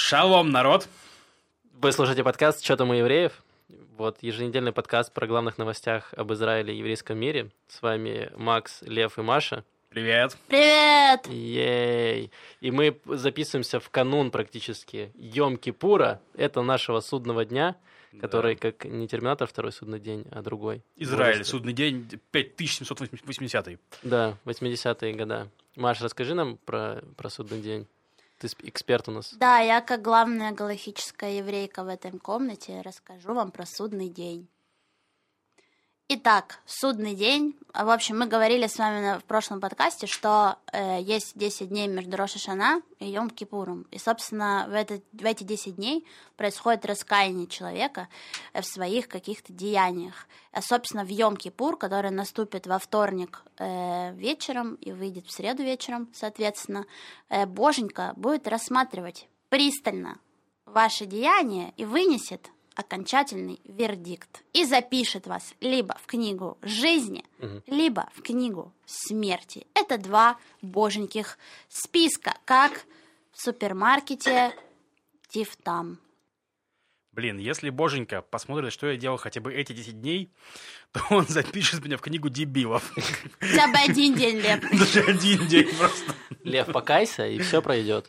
Шалом, народ! Вы слушаете подкаст «Чё там у евреев?» Вот, еженедельный подкаст про главных новостях об Израиле и еврейском мире. С вами Макс, Лев и Маша. Привет! Привет! Ей! И мы записываемся в канун практически Йом-Кипура. Это нашего судного дня, который как не Терминатор второй судный день, а другой. Израиль, судный день 5780. Да, 80-е года. Маш, расскажи нам про судный день. Ты эксперт у нас. Да, я как главная галахическая еврейка в этой комнате расскажу вам про судный день. Итак, судный день. В общем, мы говорили с вами в прошлом подкасте, что есть 10 дней между Рош ха-Шана и Йом-Кипуром. И, собственно, в эти 10 дней происходит раскаяние человека в своих каких-то деяниях. А, собственно, в Йом-Кипур, который наступит во вторник вечером и выйдет в среду вечером, соответственно, Боженька будет рассматривать пристально ваши деяния и вынесет окончательный вердикт и запишет вас либо в книгу жизни, либо в книгу смерти. Это два боженьких списка, как в супермаркете Тифтам. Блин, если Боженька посмотрит, что я делал хотя бы эти 10 дней, то он запишет меня в книгу дебилов. Хотя бы один день, Лев. Даже один день просто. Лев, покайся, и все пройдет.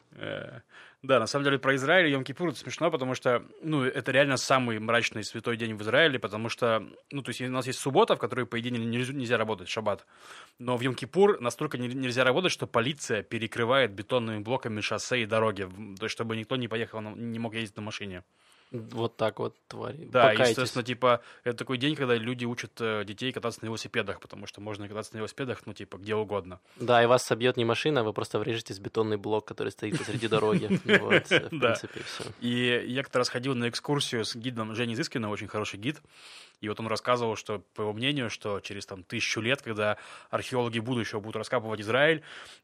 Да, на самом деле про Израиль и Йом-Кипур это смешно, потому что, это реально самый мрачный святой день в Израиле, потому что, то есть у нас есть суббота, в которой, по идее, нельзя работать, шаббат, но в Йом-Кипур настолько нельзя работать, что полиция перекрывает бетонными блоками шоссе и дороги, то есть чтобы никто не поехал, не мог ездить на машине. Вот так вот, твари. Да, Покайтесь. естественно, это такой день, когда люди учат детей кататься на велосипедах, потому что можно кататься на велосипедах, где угодно. Да, и вас собьет не машина, вы просто врежетесь в бетонный блок, который стоит посреди дороги. Вот, в принципе, все. И я как-то раз ходил на экскурсию с гидом Женей Изыскиным, очень хороший гид, и вот он рассказывал, что, по его мнению, что через 1000 лет, когда археологи будущего будут раскапывать Израиль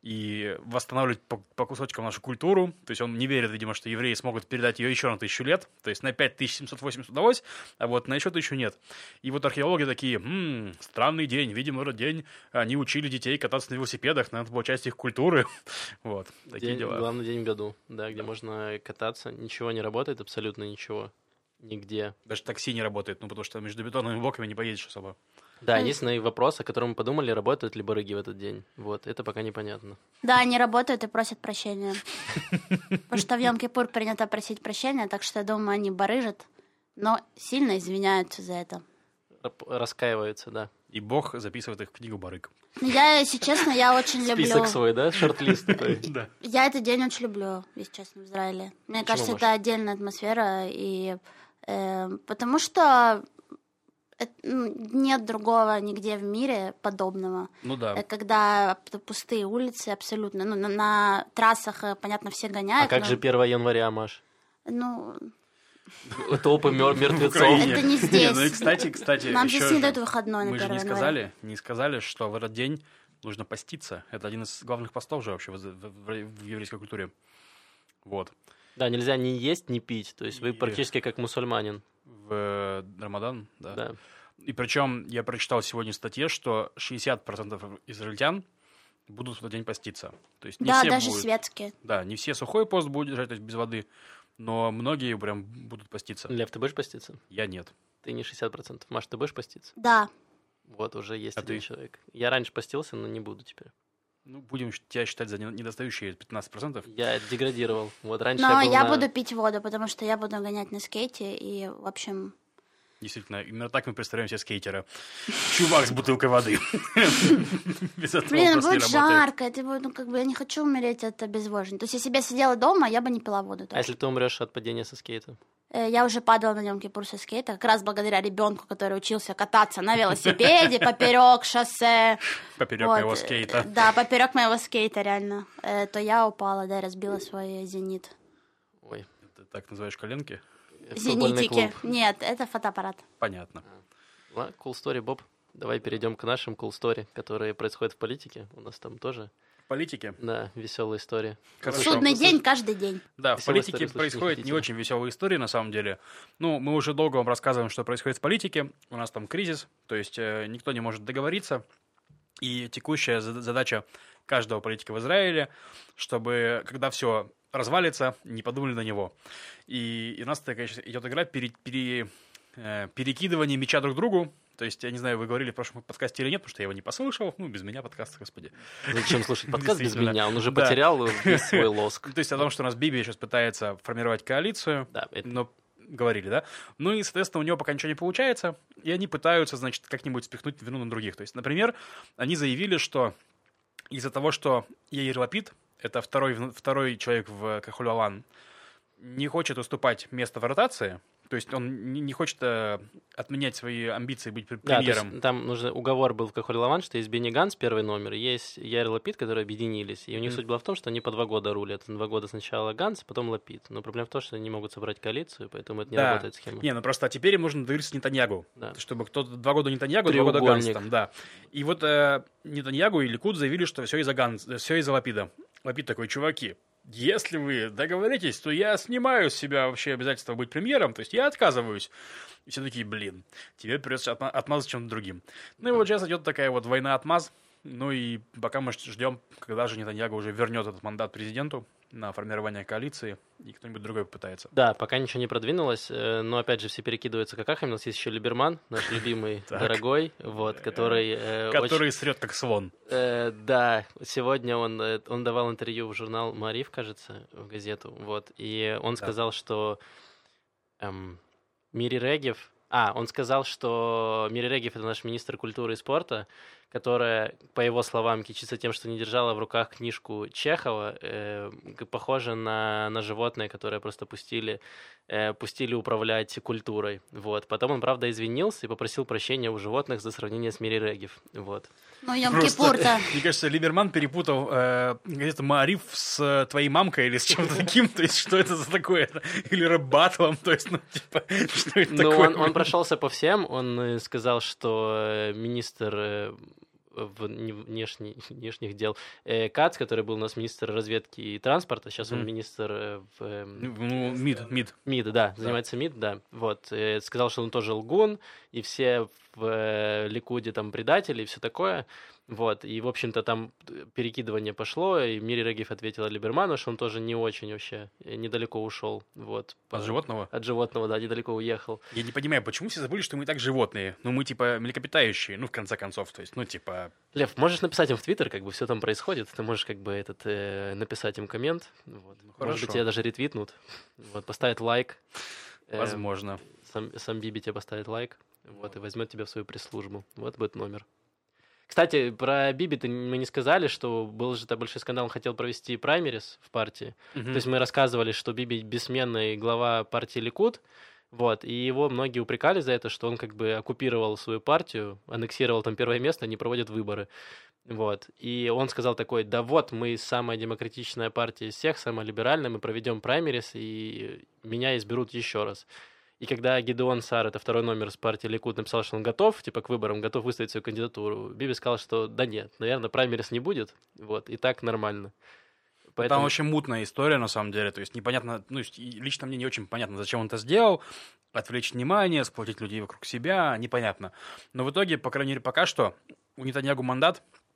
и восстанавливать по кусочкам нашу культуру, то есть он не верит, видимо, что евреи смогут передать ее еще на 1000 лет, то есть на 5780 удалось, а вот на еще 1000 нет. И вот археологи такие, странный день, видимо, этот день они учили детей кататься на велосипедах, наверное, это была часть их культуры. Вот, такие дела. Главный день в году, да, где можно кататься, ничего не работает, абсолютно ничего. Нигде. Даже такси не работает, потому что между бетонными блоками не поедешь особо. Да, единственный вопрос, о котором мы подумали, работают ли барыги в этот день. Вот, это пока непонятно. Да, они работают и просят прощения. Потому что в Йом-Кипур принято просить прощения, так что, я думаю, они барыжат, но сильно извиняются за это. Раскаиваются, да. И Бог записывает их в книгу барыг. Я, если честно, я очень люблю... Список свой, да? Шорт-лист такой. Да. Я этот день очень люблю, если честно, в Израиле. Мне кажется, Маша? это отдельная атмосфера, и потому что нет другого нигде в мире подобного. Ну да. Когда пустые улицы абсолютно. На трассах, понятно, все гоняют. А как же 1 января, Маш? Ну... Толпы мертвецов. Это не здесь. И, кстати, Нам еще здесь не дают выходной на мы 1 же января. не сказали, что в этот день нужно поститься. Это один из главных постов же вообще в еврейской культуре. Вот. Да, нельзя ни есть, ни пить. То есть вы И- практически как мусульманин. В Рамадан, да. Да. И причем я прочитал сегодня в статье, что 60% израильтян будут в этот день поститься. То есть не Да, все даже будут. светские. Да, не все сухой пост будут держать, то есть без воды, но многие прям будут поститься. Лев, ты будешь поститься? Я нет. Ты не 60%. Маш, ты будешь поститься? Да. Вот, уже есть А один ты? человек. Я раньше постился, но не буду теперь. Будем тебя считать за недостающие 15%. Я деградировал. Вот раньше Но я был я на- буду пить воду, потому что я буду гонять на скейте, и, в общем... Действительно, именно так мы представляем себе скейтера. Чувак с бутылкой воды. Без этого Блин, просто не будет работает. жарко, это будет, я не хочу умереть от обезвоживания. То есть, если бы я сидела дома, я бы не пила воду. А если ты умрешь от падения со скейта? Я уже падала на Йом-Кипур со скейта, как раз благодаря ребенку, который учился кататься на велосипеде поперек шоссе. Поперек Вот, моего скейта. Да, поперек моего скейта, реально. То я упала, да, разбила свой зенит. Ой. Ты так называешь коленки? Это футбольный Зенитики. клуб. Нет, это фотоаппарат. Понятно. Cool story, Боб. Давай перейдем к нашим cool story, которые происходят в политике. У нас там тоже, Политики. да, веселая история. Хорошо. Судный день каждый день. Да, в Веселая политике история, слушать не происходят не хотите. очень веселые истории, на самом деле. Мы уже долго вам рассказываем, что происходит в политике. У нас там кризис, то есть никто не может договориться. И текущая задача каждого политика в Израиле, чтобы, когда все развалится, не подумали на него. И у нас такая сейчас идет игра перекидывание мяча друг другу. То есть, я не знаю, вы говорили в прошлом подкасте или нет, потому что я его не послушал. Ну, без меня подкаст, господи. Зачем слушать подкаст без Действительно. меня? Он уже Да. потерял весь свой лоск. То есть, о том, что у нас Биби сейчас пытается формировать коалицию. Да, это- Но говорили, да? Ну и, соответственно, у него пока ничего не получается, и они пытаются, значит, как-нибудь спихнуть вину на других. То есть, например, они заявили, что из-за того, что Яир Лапид, это второй человек в Кахуль-Алан, не хочет уступать место в ротации, то есть он не хочет отменять свои амбиции быть Да, то премьером. есть там нужно уговор был в Кахоль-Лаван, что есть Бенни Ганс, первый номер, есть Яир Лапид, которые объединились. И у них суть была в том, что они по 2 года рулят. 2 года сначала Ганс, потом Лапид. Но проблема в том, что они не могут собрать коалицию, поэтому это не Да. работает схема. Не, ну просто теперь им нужно договориться с Нетаньягу. Да. Чтобы кто-то 2 года Нетаньягу, 2 года Ганс Треугольник. там, да. И вот Нетаньягу и Ликуд заявили, что все из-за все из-за Лапида. Лапид такой: чуваки, если вы договоритесь, то я снимаю с себя вообще обязательство быть премьером, то есть я отказываюсь. И все такие: блин, тебе придется отмазать чем-то другим. Ну и вот сейчас идет такая вот война-отмаз. Ну и пока мы ждем, когда же Нетаньягу уже вернет этот мандат президенту на формирование коалиции, и кто-нибудь другой попытается. Да, пока ничего не продвинулось, но опять же все перекидываются какахами. У нас есть еще Либерман, наш любимый, Так. дорогой, вот, который... Который срет как слон. Да, сегодня он давал интервью в журнал «Маариф», кажется, в газету, вот, и он сказал, что Мири Регев... он сказал, что Мири Регев — это наш министр культуры и спорта, которая, по его словам, кичится тем, что не держала в руках книжку Чехова, похоже на животное, которое просто пустили управлять культурой. Вот. Потом он, правда, извинился и попросил прощения у животных за сравнение с Мири Регев. Вот. Ну, Йом-Кипур-то. Мне кажется, Либерман перепутал газету «Маариф» с твоей мамкой или с чем-то таким. То есть, что это за такое? Или рэп-баттлом? То есть, что это Ну, такое? он прошелся по всем. Он сказал, что министр внешних дел Кац, который был у нас министр разведки и транспорта, сейчас он министр в... Ну, МИД. МИД, да, занимается МИД, да. Вот. Сказал, что он тоже лгун, и все в Ликуде там предатели и все такое. Вот. И, в общем-то, там перекидывание пошло, и Мири Регев ответила Либерману, что он тоже не очень вообще недалеко ушел. Вот. От животного? От животного, да, недалеко уехал. Я не понимаю, почему все забыли, что мы и так животные? Ну, мы, типа, млекопитающие, ну, в конце концов. То есть, ну, типа... Лев, можешь написать им в Твиттер, как бы все там происходит. Ты можешь как бы написать им коммент. Вот. Может хорошо. быть, тебя даже ретвитнут. Вот, поставят лайк. Возможно. Сам Биби тебе поставит лайк. Вот, и возьмет тебя в свою пресс-службу. Вот будет номер. Кстати, про Биби мы не сказали, что был же большой скандал, он хотел провести праймерис в партии. То есть мы рассказывали, что Биби бессменный глава партии Ликуд, вот, и его многие упрекали за это, что он как бы оккупировал свою партию, аннексировал там первое место, не проводит выборы. Вот. И он сказал такой: да вот, мы самая демократичная партия из всех, самая либеральная, мы проведем праймерис, и меня изберут еще раз. И когда Гидеон Саар, это второй номер с партии Ликуд, написал, что он готов, типа, к выборам, готов выставить свою кандидатуру, Биби сказал, что да нет, наверное, праймерис не будет, вот, и так нормально. Поэтому... Там очень мутная история, на самом деле, то есть непонятно, ну, лично мне не очень понятно, зачем он это сделал, отвлечь внимание, сплотить людей вокруг себя, непонятно. Но в итоге, по крайней мере, пока что у Нетаньягу мандат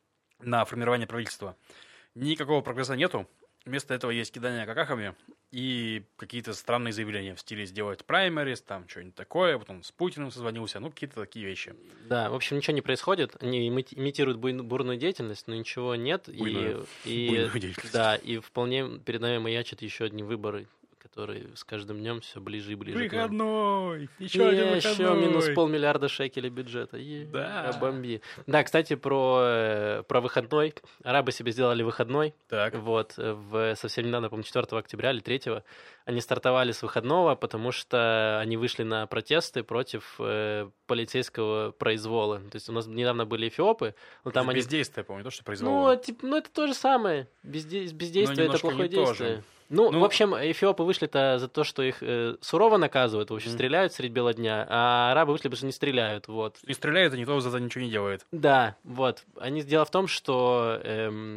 на формирование правительства. Никакого прогресса нету. Вместо этого есть кидание какахами и какие-то странные заявления в стиле сделать праймерис, там что-нибудь такое. Вот он с Путиным созвонился, ну, какие-то такие вещи. Да, в общем, ничего не происходит. Они имитируют бурную деятельность, но ничего нет. Буйную деятельность. Да, и вполне перед нами маячат еще одни выборы, которые с каждым днем все ближе и ближе. Выходной! Еще один выходной! Еще минус 500 миллиарда шекелей бюджета. Да. Бомби. Да, кстати, про выходной. Арабы себе сделали выходной. Так. Вот, совсем недавно, по-моему, 4 октября или 3 они стартовали с выходного, потому что они вышли на протесты против полицейского произвола. То есть у нас недавно были эфиопы, но там они... Бездействие, по-моему, не то, что произвело. Ну, это то же самое. Бездействие — это немножко плохое не то действие. же. Ну, в общем, эфиопы вышли-то за то, что их сурово наказывают, в общем, стреляют средь бела дня, а арабы вышли, потому что не стреляют, вот. Не стреляет, и никто за это ничего не делает. Да, вот. Дело в том, что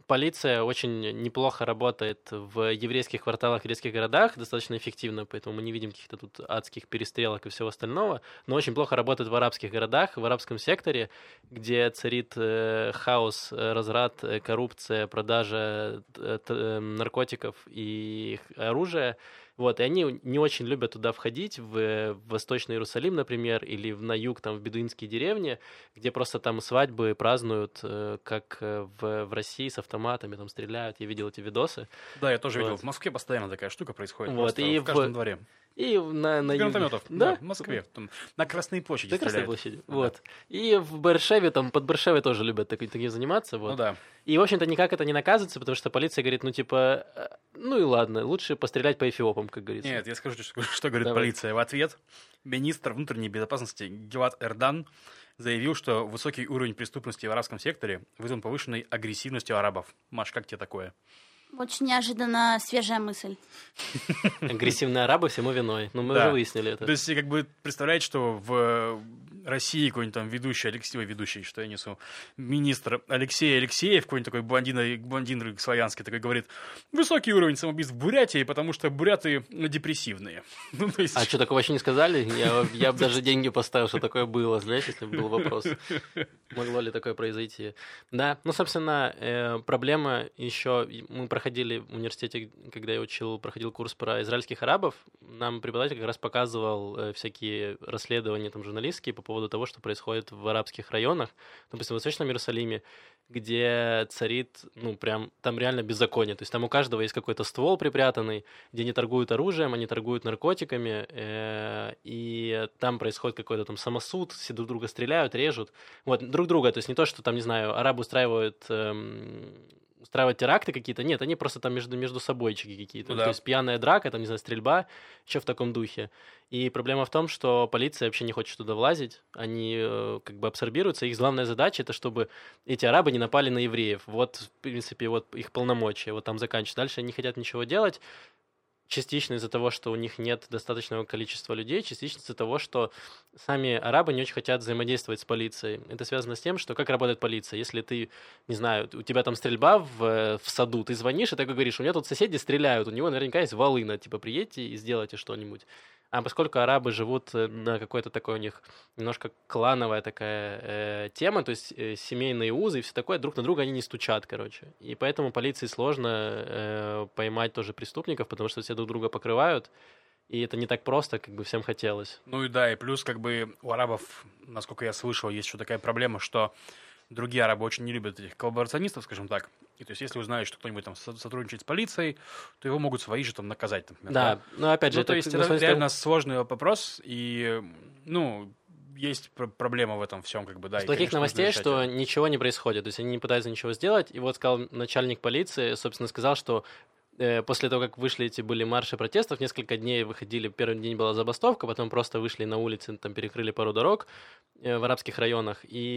полиция очень неплохо работает в еврейских кварталах, еврейских городах, достаточно эффективно, поэтому мы не видим каких-то тут адских перестрелок и всего остального, но очень плохо работает в арабских городах, в арабском секторе, где царит хаос, разрад, коррупция, продажа наркотиков и оружия. Вот, и они не очень любят туда входить, в Восточный Иерусалим, например, или на юг, там, в бедуинские деревни, где просто там свадьбы празднуют, как в России, с автоматами, там стреляют. Я видел эти видосы. Да, я тоже видел. В Москве постоянно такая штука происходит. Вот, и в каждом дворе. И на гранатометов, да? В Москве. Там, на Красной площади на Красной стреляют. площади, вот. И в Бершеве, там, под Бершевой тоже любят такие заниматься, вот. Ну да. И, в общем-то, никак это не наказывается, потому что полиция говорит, ну, типа, ну и ладно, лучше пострелять по эфиопам, как говорится. Нет, я скажу, что говорит Давай. полиция. В ответ министр внутренней безопасности Гилад Эрдан заявил, что высокий уровень преступности в арабском секторе вызван повышенной агрессивностью арабов. Маш, как тебе такое? Очень неожиданно свежая мысль. Агрессивные арабы всему виной. Ну, мы Да. уже выяснили это. То есть, как бы, представляете, что в России какой-нибудь там ведущий, что я несу, министр Алексей Алексеев, какой-нибудь такой блондин славянский, такой говорит, высокий уровень самоубийств в Бурятии, потому что буряты депрессивные. Ну, то есть... А что, такого вообще не сказали? Я бы даже деньги поставил, что такое было, знаешь, если бы был вопрос. Могло ли такое произойти? Да, ну, собственно, проблема еще... Мы проходили в университете, когда я проходил курс про израильских арабов, нам преподаватель как раз показывал всякие расследования там, журналистские по поводу того, что происходит в арабских районах, допустим, в Восточном Иерусалиме, где царит, ну, прям, там реально беззаконие. То есть там у каждого есть какой-то ствол припрятанный, где они торгуют оружием, они торгуют наркотиками, и там происходит какой-то там самосуд, все друг друга стреляют, режут. Вот, друг друга, то есть не то, что там, не знаю, арабы устраивают теракты какие-то, нет, они просто там между собойчики какие-то. Ну, да. То есть пьяная драка, там, не знаю, стрельба, еще в таком духе. И проблема в том, что полиция вообще не хочет туда влазить, они как бы абсорбируются, их главная задача это чтобы эти арабы не напали на евреев. Вот, в принципе, вот их полномочия, вот там заканчиваются. Дальше они не хотят ничего делать, частично из-за того, что у них нет достаточного количества людей, частично из-за того, что сами арабы не очень хотят взаимодействовать с полицией. Это связано с тем, что как работает полиция. Если ты, не знаю, у тебя там стрельба в саду, ты звонишь и так говоришь, у меня тут соседи стреляют, у него наверняка есть волына, типа приедьте и сделайте что-нибудь. А поскольку арабы живут на какой-то такой у них немножко клановая такая тема, то есть семейные узы и все такое, друг на друга они не стучат, короче. И поэтому полиции сложно поймать тоже преступников, потому что все друг друга покрывают, и это не так просто, как бы всем хотелось. Ну и да, и плюс как бы у арабов, насколько я слышал, есть еще такая проблема, что другие арабы очень не любят этих коллаборационистов, скажем так. И то есть, если узнают, что кто-нибудь там сотрудничает с полицией, то его могут свои же там наказать, например. Да, но опять же... Ну, то есть, это реально сложный вопрос, и, ну, есть проблема в этом всем, как бы, да. С плохих новостей, что ничего не происходит, то есть, они не пытаются ничего сделать, и вот сказал начальник полиции, собственно, сказал, что после того, как вышли эти были марши протестов, несколько дней выходили, первый день была забастовка, потом просто вышли на улицы, там перекрыли пару дорог в арабских районах,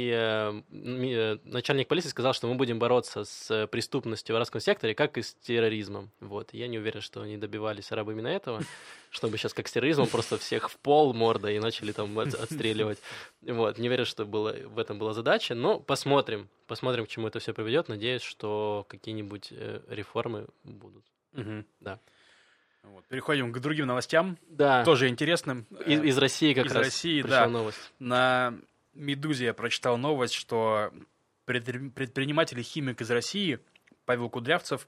и начальник полиции сказал, что мы будем бороться с преступностью в арабском секторе, как и с терроризмом. Вот. Я не уверен, что они добивались арабы именно этого, чтобы сейчас как с терроризмом просто всех в пол мордой и начали там отстреливать. Вот. Не верю, что в этом была задача, но посмотрим, к чему это все приведет. Надеюсь, что какие-нибудь реформы будут. Угу. Да. Вот. Переходим к другим новостям, да. Тоже интересным. Из России как из раз России, пришла да. новость. На «Медузе» я прочитал новость, что предприниматель и химик из России Павел Кудрявцев,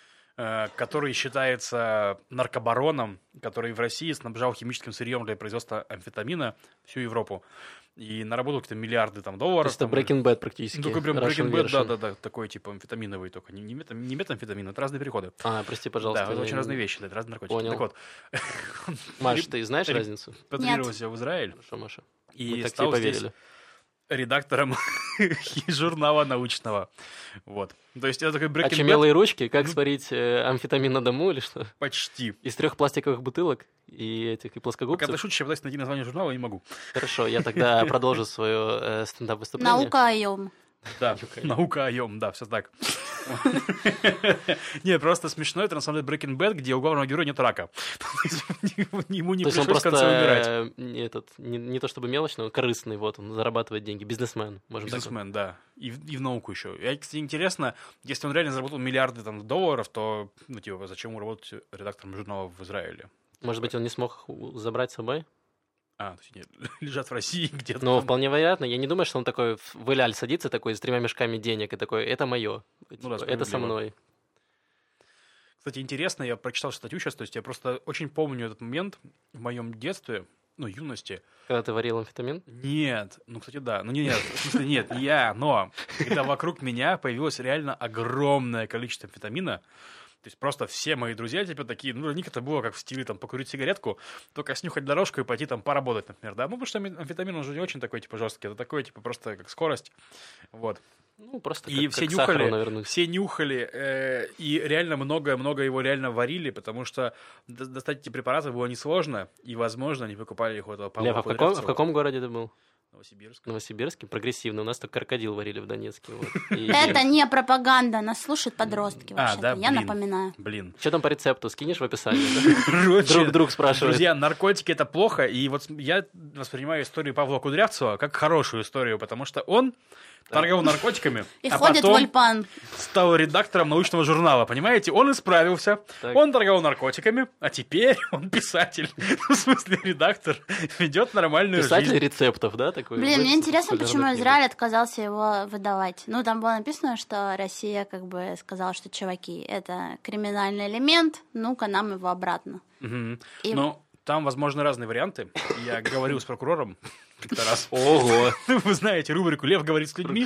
который считается наркобароном, который в России снабжал химическим сырьем для производства амфетамина всю Европу. И наработал какие-то миллиарды там долларов. То есть это Breaking Bad практически. Ну, такой прям Breaking Bad, да, такой типа амфетаминовый, только не метамфетамин, это разные переходы. Прости, пожалуйста. Да, это очень разные вещи, это разные наркотики. Понял. Так вот. Маш, ты знаешь разницу? Патрулировался в Израиль. Хорошо, Маша. И мы так стал тебе здесь поверили. редактором журнала научного. Вот. То есть это такой Breaking Bad. Очумелые ручки, как сварить амфетамин на дому или что? Почти. Из 3 пластиковых бутылок и плоскогубцев? Пока ты шутишь, я пытаюсь найти название журнала, не могу. Хорошо, я тогда продолжу свое стендап-выступление. Наука о нем. Да, наука о нем, да, все так. Не, просто смешно, это на самом деле Breaking Bad, где у главного героя нет рака. Ему не пришлось в конце умирать. Не то чтобы мелочный, он корыстный, вот, он зарабатывает деньги, бизнесмен. Бизнесмен, да, и в науку еще. И, кстати, интересно, если он реально заработал миллиарды там долларов, то, ну, типа, зачем ему работать редактором журнала в Израиле? Может быть, он не смог забрать с собой? То есть они лежат в России где-то. Ну, вполне вероятно. Я не думаю, что он такой в Иляль садится такой с 3 мешками денег и такой, это мое, типа, это со мной. Кстати, интересно, я прочитал статью сейчас, то есть я просто очень помню этот момент в моем детстве, ну, юности. Когда ты варил амфетамин? Нет, ну, кстати, да. Ну, нет, в смысле, нет, не я, но когда вокруг меня появилось реально огромное количество амфетамина, то есть просто все мои друзья, типа, такие, ну, для них это было как в стиле, там, покурить сигаретку, только снюхать дорожку и пойти там поработать, например, да. Ну, потому что амфетамин, он же не очень такой, типа, жесткий, это такой, типа, просто как скорость, вот. Ну, просто и как, все как нюхали, сахару, все нюхали, и реально много его реально варили, потому что достать эти препараты было несложно, и, возможно, они покупали их у этого Павла Лев, а в каком городе ты был? Новосибирск. Новосибирске? Прогрессивно. У нас только крокодил варили в Донецке. Это не пропаганда, нас слушают подростки вообще-то, да, я напоминаю. Блин. Что там по рецепту? Скинешь в описании? Друг спрашивает. Друзья, наркотики — это плохо, и вот я воспринимаю историю Павла Кудрявцева как хорошую историю, потому что он торговал наркотиками, и а ходит в потом Ульпан. стал редактором научного журнала, понимаете? Он исправился, он торговал наркотиками, а теперь он писатель, в смысле редактор, ведет нормальную жизнь. Писатель рецептов, да? Такой, блин, мне интересно, почему Израиль отказался его выдавать. Ну, там было написано, что Россия как бы сказала, что, чуваки, это криминальный элемент, ну-ка нам его обратно. Но там, возможно, разные варианты. Я говорил с прокурором как-то раз. Ого! Вы знаете рубрику «Лев говорит с людьми».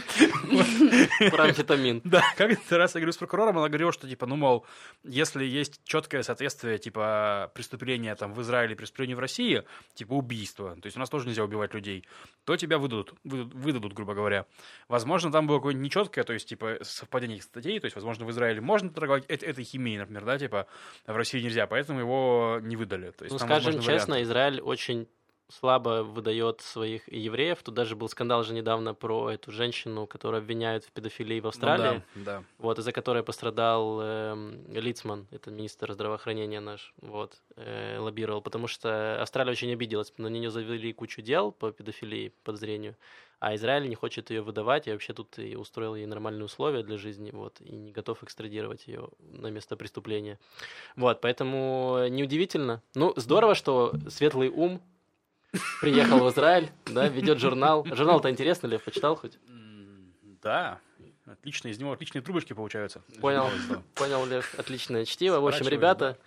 Про амфетамин. Да, как-то раз я говорю с прокурором, она говорила, что, типа, ну, мол, если есть четкое соответствие, типа, преступления там в Израиле и преступлению в России, типа, убийство, то есть у нас тоже нельзя убивать людей, то тебя выдадут, грубо говоря. Возможно, там было какое-нибудь нечеткое, то есть, типа, совпадение статей, то есть, возможно, в Израиле можно торговать этой химией, например, да, типа, а в России нельзя, поэтому его не выдали. То есть, ну, там, скажем честно, Израиль очень слабо выдает своих евреев. Тут даже был скандал же недавно про эту женщину, которую обвиняют в педофилии в Австралии. Ну, да. Вот, из-за которой пострадал Лицман, это министр здравоохранения наш, вот, лоббировал, потому что Австралия очень обиделась, на нее завели кучу дел по педофилии, подозрению, а Израиль не хочет ее выдавать, и вообще тут и устроил ей нормальные условия для жизни, вот, и не готов экстрадировать ее на место преступления. Вот, поэтому неудивительно. Ну, здорово, что светлый ум приехал в Израиль, да, ведет журнал. Журнал-то интересный, Лев, почитал хоть? Да, отлично, из него отличные трубочки получаются. Понял, Лев, отличное чтиво. В общем, ребята,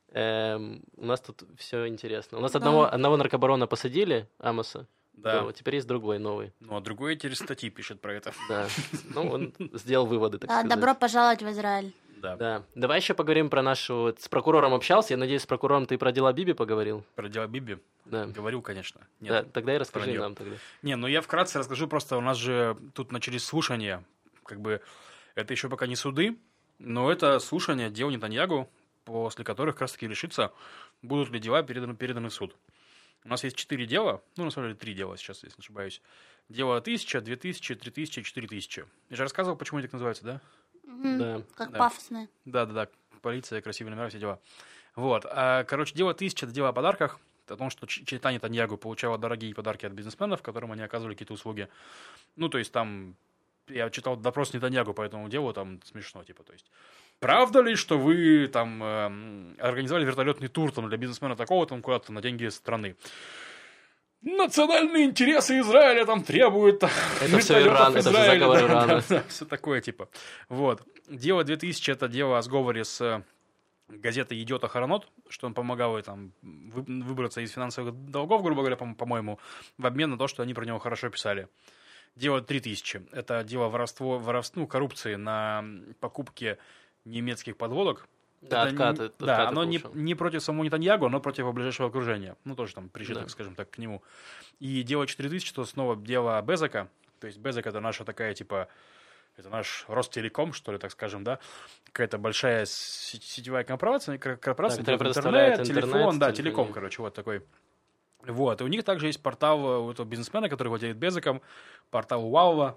у нас тут все интересно. У нас одного наркобарона посадили, Амоса. Да. Теперь есть другой, новый. Ну, а другой теперь статьи пишет про это. Да, ну, он сделал выводы, так сказать. Добро пожаловать в Израиль. Да. Давай еще поговорим про нашу... С прокурором общался. Я надеюсь, с прокурором ты про дела Биби поговорил? Про дела Биби? Да. Говорил, конечно. Нет, да, тогда и расскажи нам тогда. Не, ну я вкратце расскажу, просто у нас же тут начались слушания. Как бы это еще пока не суды, но это слушания дел Нетаньягу, после которых как раз-таки решится, будут ли дела переданы в суд. У нас есть 4 дела, ну, на самом деле 3 дела сейчас, если не ошибаюсь. Дело 1000, 2000, 3000, 4000. Я же рассказывал, почему они так называются, да? Да. Как пафосные. Да. Полиция, красивые номера, все дела. Вот. Короче, дело 1000 — это дело о подарках. О том, что чета Нетаньягу получала дорогие подарки от бизнесменов, которым они оказывали какие-то услуги. Ну, то есть там... Я читал допрос Нетаньягу по этому делу, там смешно, типа, то есть... Правда ли, что вы там организовали вертолетный тур там, для бизнесмена такого там куда-то на деньги страны? Национальные интересы Израиля там требуют... Это все Иран, это все заговор Ирана. Да, все такое, типа. Вот. Дело 2000 — это дело о сговоре с газетой «Идиот Охаронот», что он помогал ей там выбраться из финансовых долгов, грубо говоря, по-моему, в обмен на то, что они про него хорошо писали. Дело 3000 — это дело коррупции на покупке немецких подводок. Да, откаты оно не против самого Нетаньягу, но против его ближайшего окружения. Ну, тоже там пришиток, скажем так, к нему. И дело 4000, что снова дело Безока. То есть Безок — это наша такая, типа, это наш Ростелеком, что ли, так скажем, да? Какая-то большая сетевая корпорация, которая предоставляет телефон, да, телеком, короче, вот такой. Вот, и у них также есть портал у этого бизнесмена, который владеет Безоком, портал Уалва.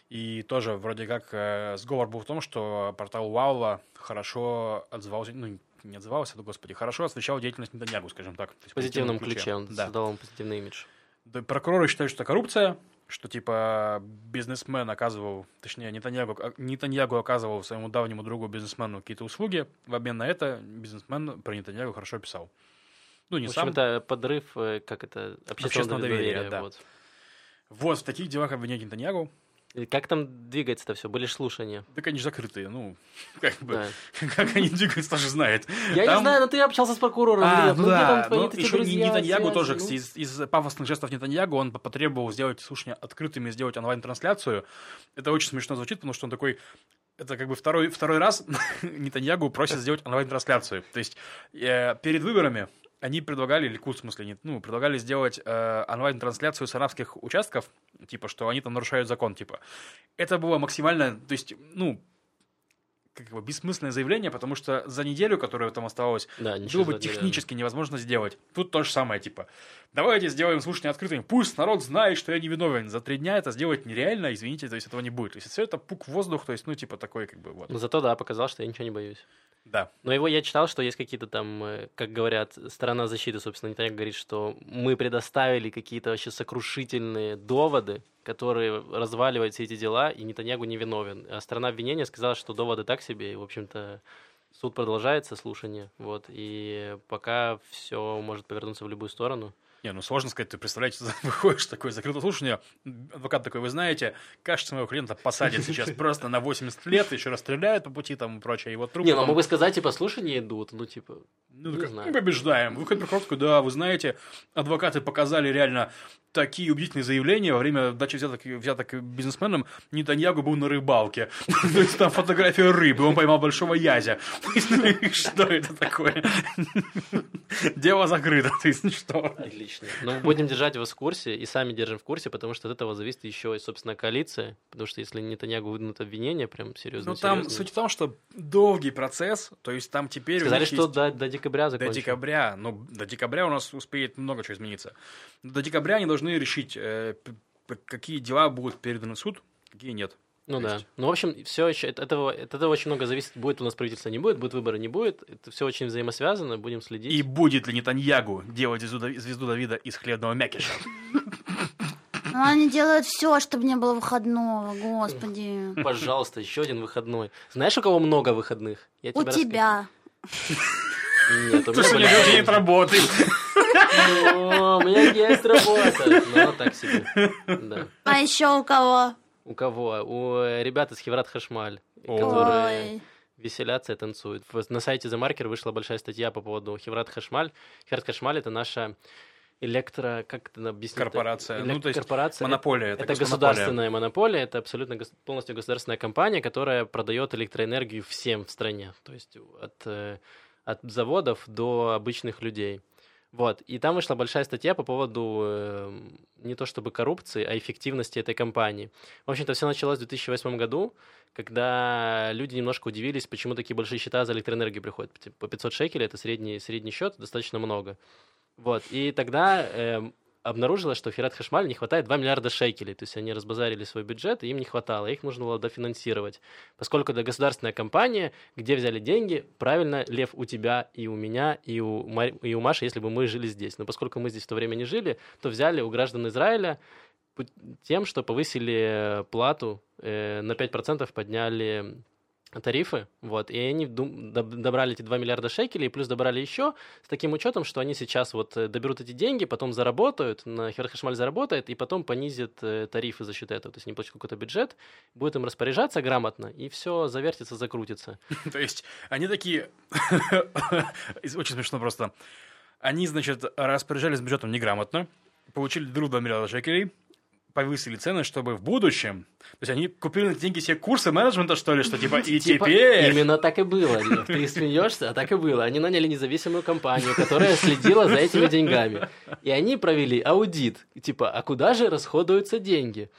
И тоже вроде как сговор был в том, что портал Ваула хорошо отзывался, ну, не отзывался, господи, хорошо освещал деятельность Нетаньягу, скажем так. В позитивном ключе, он создал ему позитивный имидж. Да, прокуроры считают, что это коррупция, что типа бизнесмен оказывал, точнее, Нетаньягу оказывал своему давнему другу бизнесмену какие-то услуги, в обмен на это бизнесмен про Нетаньягу хорошо писал. Ну, не в общем, сам. это подрыв, как это, общественного доверия. Да. Вот. Вот, в таких делах обвинять Нетаньягу. И как там двигается-то все? Были же слушания? Так они же закрытые, ну, как бы, Да. как они двигаются, тоже знает. Я не знаю, но ты общался с прокурором. Глеб. Ну Где там да, твои ну, такие еще друзья, Нетаньягу связи? тоже, Ну, кстати, из пафосных жестов Нетаньягу он потребовал сделать слушания открытыми, сделать онлайн-трансляцию. Это очень смешно звучит, потому что он такой... Это как бы второй раз Нетаньягу просит сделать онлайн-трансляцию. То есть перед выборами они предлагали, Ликуд в смысле, предлагали сделать онлайн-трансляцию с арабских участков, типа, что они там нарушают закон, типа. Это было максимально, то есть, как бы бессмысленное заявление, потому что за неделю, которая там оставалась, да, было бы технически невозможно сделать. Тут то же самое, типа, давайте сделаем слушание открытым, пусть народ знает, что я не виновен. За 3 дня это сделать нереально, извините, то есть этого не будет. То есть все это пук в воздух, то есть, такой, как бы, вот. Но зато, да, показал, что я ничего не боюсь. Да. Но я читал, что есть какие-то там, как говорят, сторона защиты, собственно, Нетаньягу говорит, что мы предоставили какие-то вообще сокрушительные доводы, которые разваливают все эти дела, и Нетаньягу не виновен. А сторона обвинения сказала, что доводы так себе, и, в общем-то, суд продолжается, слушание, вот, и пока все может повернуться в любую сторону. Сложно сказать, ты представляете, выходишь такое закрытое слушание, адвокат такой, вы знаете, кажется, моего клиента посадят сейчас просто на 80 лет, еще расстреляют по пути там и прочее, его труп. Не, мог бы сказать, типа, слушания идут, не знаю. Мы побеждаем. Выходит прокурор такой, да, вы знаете, адвокаты показали реально такие убедительные заявления во время дачи взяток бизнесменам. Нетаньягу был на рыбалке. То есть там фотография рыбы, он поймал большого язя. Что это такое? Дело закрыто. Что? Отлично. Ну, будем держать вас в курсе, и сами держим в курсе, потому что от этого зависит еще, собственно, коалиция. Потому что если Нетаньягу выдвинут обвинения, прям серьезно. Ну, там суть в том, что долгий процесс, то есть там теперь... Сказали, что до декабря закончим. До декабря у нас успеет много чего измениться. До декабря они должны решить, какие дела будут переданы в суд, какие нет. Ну да. Ну, в общем, все еще от этого очень много зависит. Будет у нас правительство, не будет выборы, не будет. Это все очень взаимосвязано, будем следить. И будет ли Нетаньягу делать звезду Давида из хлебного мякиша? Ну, они делают все, чтобы не было выходного, господи. Пожалуйста, еще один выходной. Знаешь, у кого много выходных? У тебя. Нет, у меня сегодня же нет работы. У меня есть работа. Но так себе. Да. А еще у кого? У кого? У ребят из Хеврат Хашмаль, которые веселятся и танцуют. На сайте The Marker вышла большая статья по поводу Хеврат Хашмаль. Хеврат Хашмаль — это наша как это объяснить? Корпорация. То есть корпорация. Монополия. Это государственная монополия, это абсолютно полностью государственная компания, которая продает электроэнергию всем в стране. То есть от заводов до обычных людей. Вот. И там вышла большая статья по поводу не то чтобы коррупции, а эффективности этой компании. В общем-то, все началось в 2008 году, когда люди немножко удивились, почему такие большие счета за электроэнергию приходят. По 500 шекелей, это средний счет, достаточно много. Вот. И тогда обнаружилось, что Хеврат Хашмаль не хватает 2 миллиарда шекелей. То есть они разбазарили свой бюджет, и им не хватало. Их нужно было дофинансировать. Поскольку это государственная компания, где взяли деньги, правильно, Лев, у тебя и у меня, и у Маши, если бы мы жили здесь. Но поскольку мы здесь в то время не жили, то взяли у граждан Израиля тем, что повысили плату, на 5% подняли тарифы, вот, и они добрали эти 2 миллиарда шекелей, и плюс добрали еще с таким учетом, что они сейчас вот доберут эти деньги, потом заработают, Хеврат Хашмаль заработает, и потом понизит тарифы за счет этого, то есть они получат какой-то бюджет, будет им распоряжаться грамотно, и все завертится, закрутится. То есть они такие, очень смешно просто, они, значит, распоряжались бюджетом неграмотно, получили 2 миллиарда шекелей, повысили цены, чтобы в будущем... То есть они купили на эти деньги себе курсы менеджмента, что ли, что типа и теперь... Именно так и было. Ты смеешься, а так и было. Они наняли независимую компанию, которая следила за этими деньгами. И они провели аудит. Типа, а куда же расходуются деньги?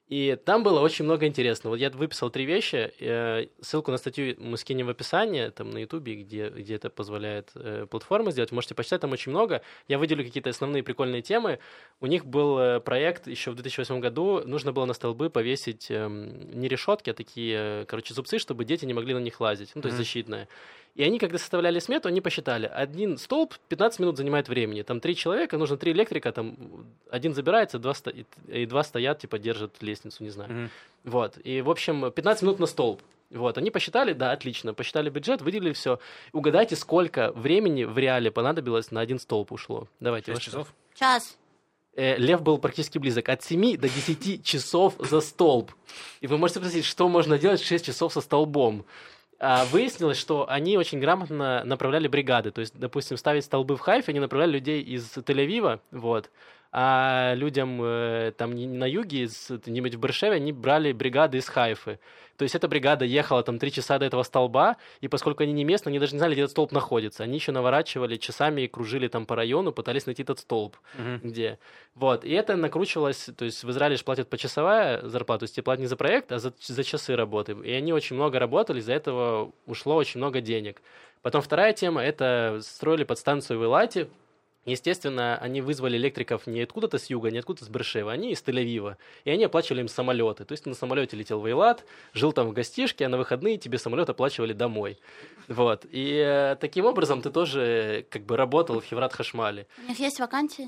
И там было очень много интересного. Вот я выписал 3 вещи. Ссылку на статью мы скинем в описании, там на Ютубе, где это позволяет платформа сделать. Можете почитать, там очень много. Я выделю какие-то основные прикольные темы. У них был проект еще в 2008 году. Нужно было на столбы повесить не решетки, а такие, зубцы, чтобы дети не могли на них лазить. Ну, то есть защитные. И они, когда составляли смету, они посчитали, один столб 15 минут занимает времени. Там 3 человека, нужно 3 электрика, там один забирается, 2 стоят, типа, держат лестницу, не знаю. Вот. И, в общем, 15 минут на столб. Вот. Они посчитали, да, отлично. Посчитали бюджет, выделили все. Угадайте, сколько времени в реале понадобилось на один столб ушло. Давайте. 6 часов? Час. Лев был практически близок. От 7 до 10 часов за столб. И вы можете спросить, что можно делать 6 часов со столбом? Выяснилось, что они очень грамотно направляли бригады. То есть, допустим, ставить столбы в Хайфе, они направляли людей из Тель-Авива, вот, а людям там на юге, где-нибудь в Бершеве, они брали бригады из Хайфы. То есть эта бригада ехала там 3 часа до этого столба, и поскольку они не местные, они даже не знали, где этот столб находится. Они еще наворачивали часами и кружили там по району, пытались найти этот столб. Где. Вот. И это накручивалось, то есть в Израиле же платят почасовая зарплата, то есть тебе платят не за проект, а за часы работы. И они очень много работали, из-за этого ушло очень много денег. Потом вторая тема, это строили подстанцию в Элате. Естественно, они вызвали электриков не откуда-то с юга, не откуда-то с Бершева, они из Тель-Авива. И они оплачивали им самолеты. То есть ты на самолете летел в Эйлат, жил там в гостишке, а на выходные тебе самолет оплачивали домой. Вот. И таким образом ты тоже как бы работал в Хеврат Хашмале. У них есть вакансии?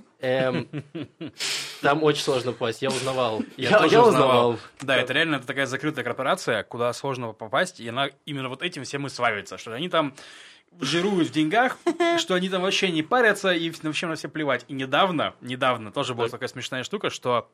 Там очень сложно попасть, я узнавал. Я тоже узнавал. Да, это реально такая закрытая корпорация, куда сложно попасть, и она именно вот этим всем и славится, что они там жируют в деньгах, что они там вообще не парятся и вообще на все плевать. И недавно тоже была такая смешная штука, что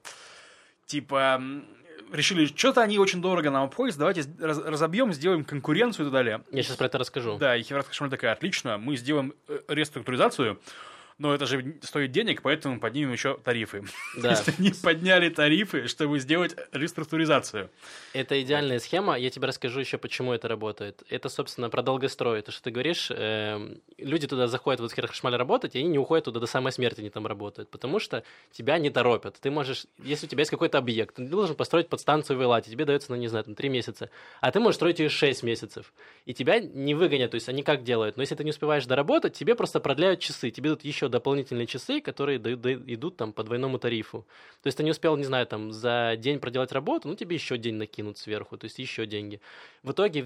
типа решили, что-то они очень дорого нам обходятся, давайте разобьем, сделаем конкуренцию и так далее. Я сейчас про это расскажу. Да, и Хеврат Хашмаль такая, отлично, мы сделаем реструктуризацию, но это же стоит денег, поэтому поднимем еще тарифы. Да. То есть они подняли тарифы, чтобы сделать реструктуризацию. Это идеальная схема. Я тебе расскажу еще, почему это работает. Это, собственно, про долгострой. То, что ты говоришь, люди туда заходят в Хеврат Хашмаль работать, и они не уходят туда до самой смерти, они там работают, потому что тебя не торопят. Ты можешь, если у тебя есть какой-то объект, ты должен построить подстанцию в Элате, тебе дается, 3 месяца, а ты можешь строить ее 6 месяцев, и тебя не выгонят, то есть они как делают? Но если ты не успеваешь доработать, тебе просто продляют часы, тебе дают еще дополнительные часы, которые идут там по двойному тарифу. То есть ты не успел, за день проделать работу, тебе еще день накинут сверху, то есть еще деньги. В итоге в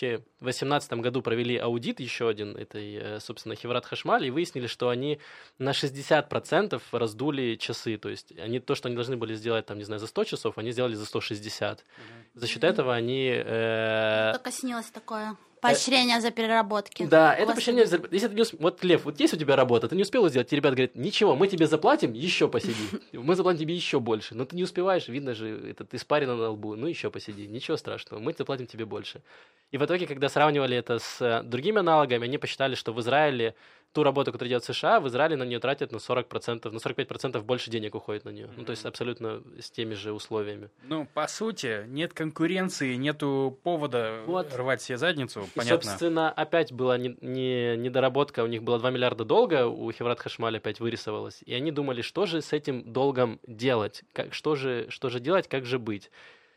2018 году провели аудит еще один этой, собственно, Хеврат Хашмаль, и выяснили, что они на 60% раздули часы, то есть они то, что они должны были сделать, за 100 часов, они сделали за 160. За счет этого они... Только снилось такое. Поощрение за переработки. Да, это поощрение за... Если ты не Вот, Лев, вот есть у тебя работа, ты не успел сделать, тебе ребята говорят, ничего, мы тебе заплатим, еще посиди. Мы заплатим тебе еще больше. Но ты не успеваешь, видно же, ты испарина на лбу, еще посиди, ничего страшного, мы заплатим тебе больше. И в итоге, когда сравнивали это с другими аналогами, они посчитали, что в Израиле ту работу, которую делает США, в Израиле на нее тратят на 40%, на 45% больше денег уходит на нее. То есть абсолютно с теми же условиями. По сути, нет конкуренции, нету повода рвать себе задницу, понятно. И, собственно, опять была недоработка, у них было 2 миллиарда долга, у Хеврат Хашмаль опять вырисовалось, и они думали, что же с этим долгом делать, что же делать, как же быть.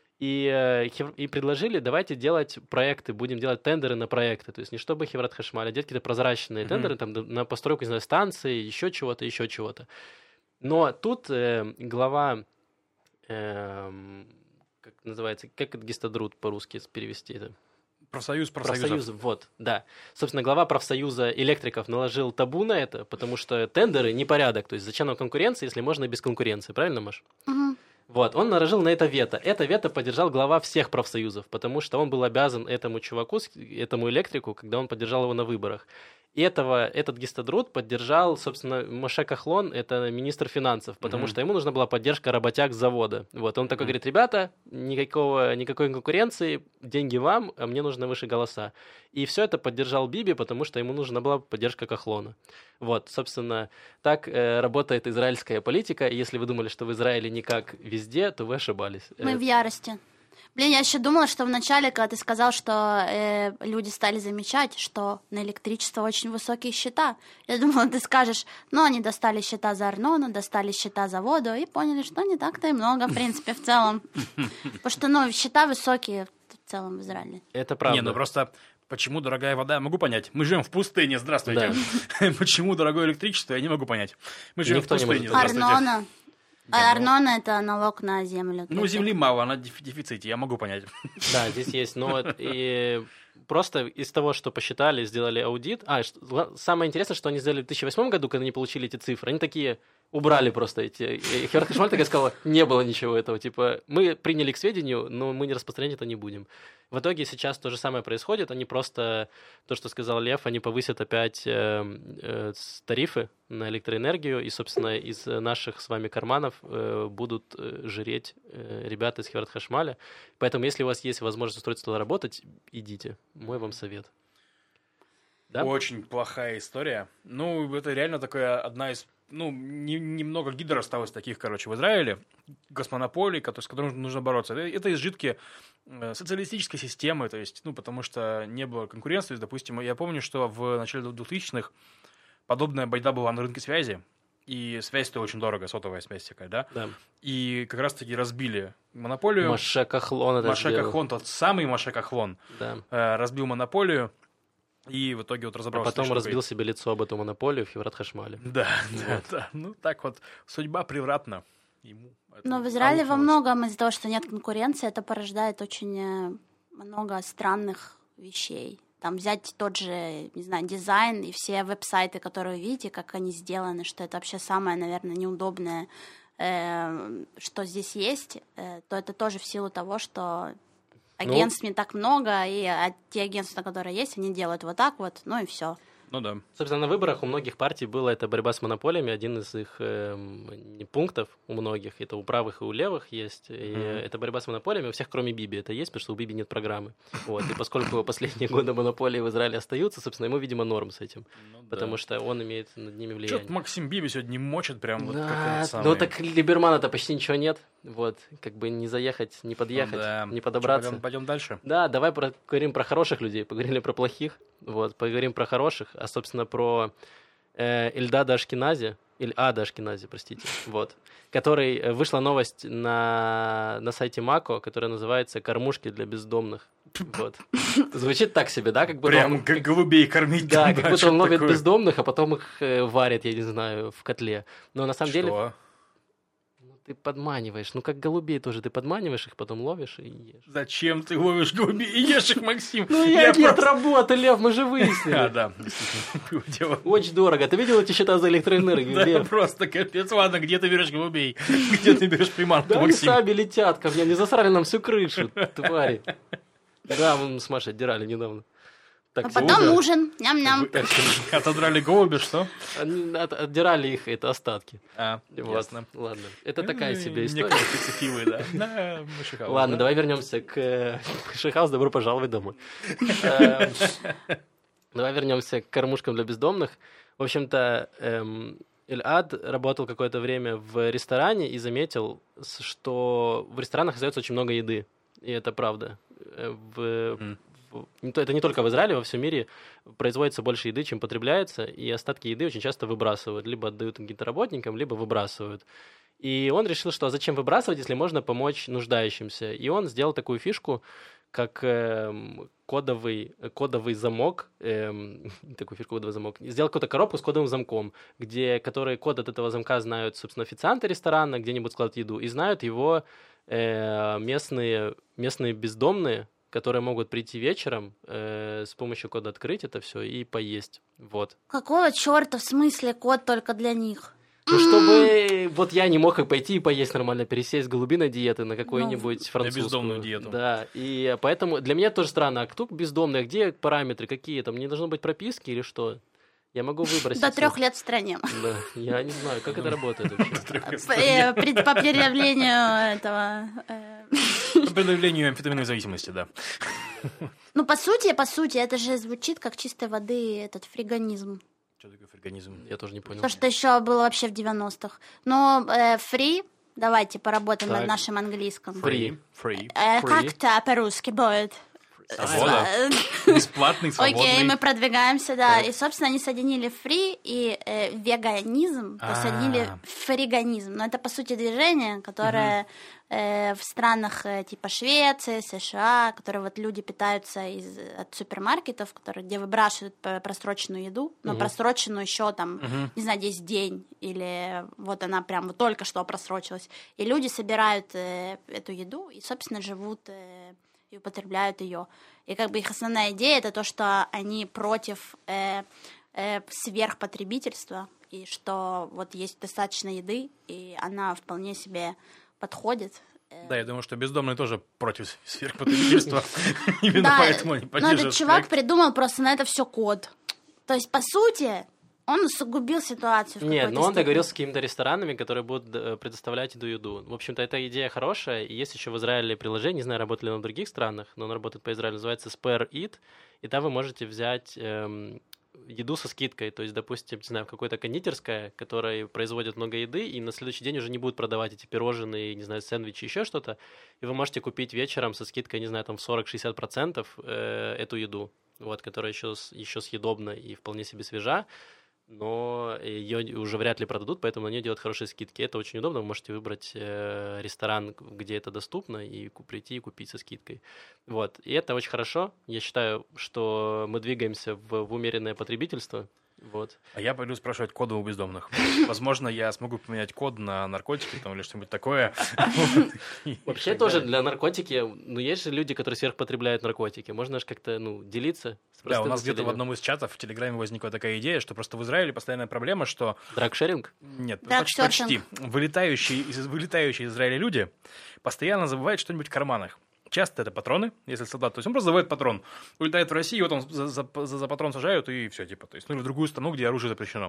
И предложили, давайте делать проекты, будем делать тендеры на проекты. То есть не чтобы Хеврат Хашмаль, а делать какие-то прозрачные тендеры на постройку, станции, еще чего-то. Но тут глава, как называется, как это гистадрут по-русски перевести это? Профсоюз. Вот, да. Собственно, глава профсоюза электриков наложил табу на это, потому что тендеры непорядок. То есть зачем нам конкуренция, если можно без конкуренции, правильно, Маш? Вот, он наложил на это вето. Это вето поддержал глава всех профсоюзов, потому что он был обязан этому чуваку, этому электрику, когда он поддержал его на выборах. И этот гистадрут поддержал, собственно, Моше Кахлон, это министр финансов, потому что ему нужна была поддержка работяг с завода. Вот, он такой говорит, ребята, никакой конкуренции, деньги вам, а мне нужны выше голоса. И все это поддержал Биби, потому что ему нужна была поддержка Кахлона. Вот, собственно, так работает израильская политика. И если вы думали, что в Израиле не как везде, то вы ошибались. Мы в ярости. Блин, я еще думала, что вначале, когда ты сказал, что люди стали замечать, что на электричество очень высокие счета, я думала, ты скажешь, ну, они достали счета за Арнону, достали счета за воду и поняли, что не так-то и много, в принципе, в целом. Потому что, ну, счета высокие в целом в Израиле. Это правда. Не, ну просто почему дорогая вода, я могу понять. Мы живем в пустыне, здравствуйте. Почему дорогое электричество, я не могу понять. Мы живем в пустыне, здравствуйте. Арнона. А Арнона — это налог на землю. Ну, земли мало, она в дефиците, я могу понять. Да, здесь есть, но и просто из того, что посчитали, сделали аудит. Самое интересное, что они сделали в 2008 году, когда они получили эти цифры, они такие убрали просто эти. И Хеврат Хашмаль такая сказала, не было ничего этого. Типа, мы приняли к сведению, но мы не распространять это не будем. В итоге сейчас то же самое происходит. Они просто, то, что сказал Лев, они повысят опять тарифы на электроэнергию. И, собственно, из наших с вами карманов будут жреть ребята из Хеврат Хашмаля. Поэтому, если у вас есть возможность устроиться туда работать, идите. Мой вам совет. Да? Очень плохая история. Ну, это реально такая одна из... Ну, немного гидр осталось таких, короче, в Израиле, госмонополий, с которыми нужно бороться. Это изжитки социалистической системы, то есть, ну, потому что не было конкуренции. Допустим, я помню, что в начале 2000-х подобная байда была на рынке связи, и связь-то очень дорого, сотовая связь такая, да? Да. И как раз-таки разбили монополию. Моше Кахлон это Моше Кахлон, тот самый Моше Кахлон, да. Разбил монополию. И в итоге вот разобрался. А потом разбил себе лицо об эту монополию в Хеврат Хашмале. Да. Ну так вот, судьба превратна ему. Но в Израиле во многом из-за того, что нет конкуренции, это порождает очень много странных вещей. Там взять тот же, не знаю, дизайн и все веб-сайты, которые вы видите, как они сделаны, что это вообще самое, наверное, неудобное, что здесь есть, то это тоже в силу того, что агентств не так много, и те агентства, которые есть, они делают вот так вот, ну и все. Ну да. Собственно, на выборах у многих партий была эта борьба с монополиями. Один из их пунктов у многих, это у правых и у левых есть. И это борьба с монополиями у всех, кроме Биби. Это есть, потому что у Биби нет программы. Вот. И поскольку последние годы монополии в Израиле остаются, собственно, ему, видимо, норм с этим. Ну, потому что он имеет над ними влияние. Что-то Максим Биби сегодня не мочит прям вот как он самый. Ну так Либермана-то почти ничего нет. Вот. Как бы не заехать, не подъехать, не подобраться. Пойдем дальше? Да, давай поговорим про хороших людей. Поговорили про плохих. Вот. Поговорим про хороших. А, собственно, про Эльдада Ашкенази, Ада Ашкенази, простите, вот, который вышла новость на сайте Мако, которая называется «Кормушки для бездомных». Вот. Звучит так себе, да? Как будто прям как голубей кормить. Да, как будто он ловит бездомных, а потом их варит, я не знаю, в котле. Но на самом деле... Ты подманиваешь. Ну, как голубей тоже. Ты подманиваешь их, потом ловишь и ешь. Зачем ты ловишь голубей и ешь их, Максим? Ну, я нет работы, Лев, мы же выяснили. А, да, действительно. Очень дорого. Ты видел эти счета за электроэнергию? Да, просто капец. Ладно, где ты берешь голубей? Где ты берешь приманку, Максим? Максим? Да, они сами летят ко мне. Они засрали нам всю крышу, твари. Да, мы с Машей отдирали недавно. Так, а потом ужин. Ням-ням. Отодрали голуби, что? Отдирали их, это остатки. Ясно. Ладно. Это такая себе история. Мне кажется, цифивые, да. Ладно, давай вернемся к Шихаус. Добро пожаловать домой. Давай вернемся к кормушкам для бездомных. В общем-то, Эльад работал какое-то время в ресторане и заметил, что в ресторанах остается очень много еды. И это правда. Это не только в Израиле, во всем мире производится больше еды, чем потребляется, и остатки еды очень часто выбрасывают. Либо отдают каким-то работникам, либо выбрасывают. И он решил, что зачем выбрасывать, если можно помочь нуждающимся. И он сделал такую фишку, как кодовый замок, такую фишку кодовый замок, сделал какую-то коробку с кодовым замком, который код от этого замка знают, собственно, официанты ресторана, где-нибудь складывают еду, и знают его местные бездомные, которые могут прийти вечером, с помощью кода открыть это все и поесть. Вот. Какого черта, в смысле код только для них? Ну, чтобы вот я не мог и пойти и поесть нормально, пересесть с голубиной диеты на какую-нибудь французскую. На бездомную диету. Да, и поэтому для меня тоже странно, а кто бездомный, а где параметры, какие там, не должно быть прописки или что? Я могу выбросить. До 3 лет в стране. Да, я не знаю, как это работает вообще. По предъявлению этого... По предъявлению амфетаминовой зависимости, да. Ну, по сути, это же звучит как чистой воды этот фриганизм. Что такое фриганизм? Я тоже не понял. То, что еще было вообще в 90-х. Но фри Давайте поработаем Так. над нашим английским. Free. Как-то по-русски будет. Свобода. Бесплатный, свободный. Окей, мы продвигаемся, да. И, собственно, они соединили фри и веганизм, то есть соединили фриганизм. Но это, по сути, движение, которое в странах типа Швеции, США, которые вот люди питаются от супермаркетов, где выбрасывают просроченную еду, но просроченную еще там, не знаю, 10 день, или вот она прям вот только что просрочилась. И люди собирают эту еду и, собственно, живут и употребляют ее. И как бы их основная идея это то, что они против сверхпотребительства, и что вот есть достаточно еды, и она вполне себе подходит. Да, я думаю, что бездомные тоже против сверхпотребительства. Именно Да, поэтому они но поддерживают этот чувак проект. придумал просто на это все код. То есть, по сути, он усугубил ситуацию. в Нет, какой-то но он степени. договорился с какими-то ресторанами, которые будут предоставлять эту еду. В общем-то, эта идея хорошая. И есть еще в Израиле приложение, не знаю, работает ли оно в других странах, но оно работает по Израилю, называется Spare Eat. И там вы можете взять еду со скидкой. То есть, допустим, не знаю, какой-то кондитерская, которая производит много еды, и на следующий день уже не будут продавать эти пирожные, не знаю, сэндвичи, еще что-то. И вы можете купить вечером со скидкой, не знаю, там в 40-60% эту еду, вот, которая еще съедобна и вполне себе свежа. Но ее уже вряд ли продадут, поэтому на нее делают хорошие скидки. Это очень удобно, вы можете выбрать ресторан, где это доступно, и прийти и купить со скидкой. Вот. И это очень хорошо. Я считаю, что мы двигаемся в умеренное потребительство. Вот. А я пойду спрашивать коды у бездомных. Возможно, я смогу поменять код на наркотики там, или что-нибудь такое. Вообще тоже для наркотики, ну есть же люди, которые сверхпотребляют наркотики. Можно же как-то, делиться с Да, у простым нас где-то в населением. одном из чатов в Телеграме возникла такая идея, что просто в Израиле постоянная проблема, что... Драгшеринг? Нет, Драгсерфинг. почти. Вылетающие из Израиля люди постоянно забывают что-нибудь в карманах. Часто это патроны, если солдат. То есть он просто забывает патрон. Улетает в Россию, вот он за патрон сажают, и все, типа. То есть, ну, или в другую страну, где оружие запрещено.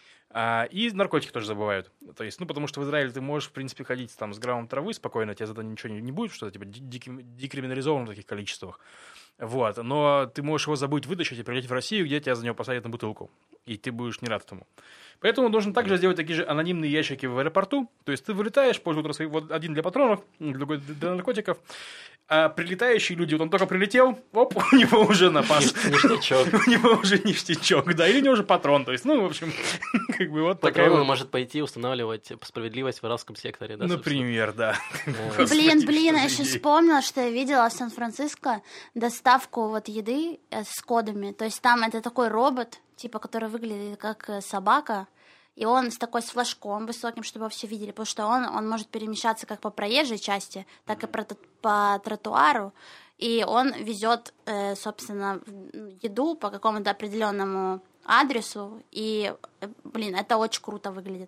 И наркотики тоже забывают. То есть, потому что в Израиле ты можешь, в принципе, ходить там с граммом травы спокойно, тебе за это ничего не будет, что-то типа декриминализовано в таких количествах. Вот. Но ты можешь его забыть вытащить и прилететь в Россию, где тебя за него посадят на бутылку. И ты будешь не рад этому. Поэтому нужно также сделать такие же анонимные ящики в аэропорту. То есть ты вылетаешь, пользуешься вот один для патронов, другой для наркотиков. А прилетающие люди, вот он только прилетел, оп, у него уже напас. Ништячок. У него уже ништячок, да, или у него уже патрон. То есть, ну, в общем, как бы вот такая Патрон он вот... может пойти устанавливать справедливость в арабском секторе, да? Например, да. Блин, Господи, я что за еще идея. вспомнила, что я видела в Сан-Франциско доставку вот еды с кодами. То есть там это такой робот, типа, который выглядит как собака, и он с флажком высоким, чтобы его все видели, потому что он может перемещаться как по проезжей части, так и по тротуару, и он везет, собственно, еду по какому-то определенному адресу, и, блин, это очень круто выглядит.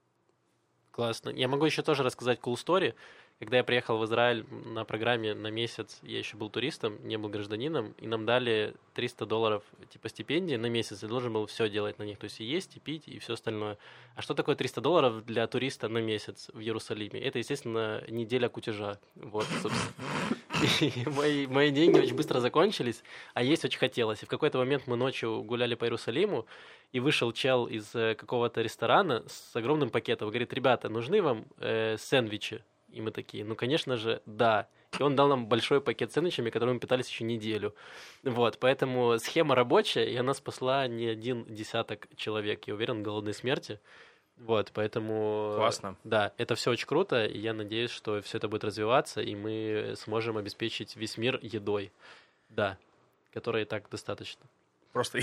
Классно. Я могу еще тоже рассказать cool story. Когда я приехал в Израиль на программе на месяц, я еще был туристом, не был гражданином, и нам дали $300 типа стипендии на месяц, и должен был все делать на них, то есть и есть, и пить, и все остальное. А что такое $300 для туриста на месяц в Иерусалиме? Это, естественно, неделя кутежа. Вот, собственно. И мои деньги очень быстро закончились, а есть очень хотелось. И в какой-то момент мы ночью гуляли по Иерусалиму, и вышел чел из какого-то ресторана с огромным пакетом. Говорит: ребята, нужны вам сэндвичи? И мы такие: ну, конечно же, да. И он дал нам большой пакет с сэндвичами, которым мы питались еще неделю. Вот, поэтому схема рабочая, и она спасла не один десяток человек, я уверен, голодной смерти. Вот, поэтому... Классно. Да, это все очень круто, и я надеюсь, что все это будет развиваться, и мы сможем обеспечить весь мир едой. Да, которой и так достаточно. Просто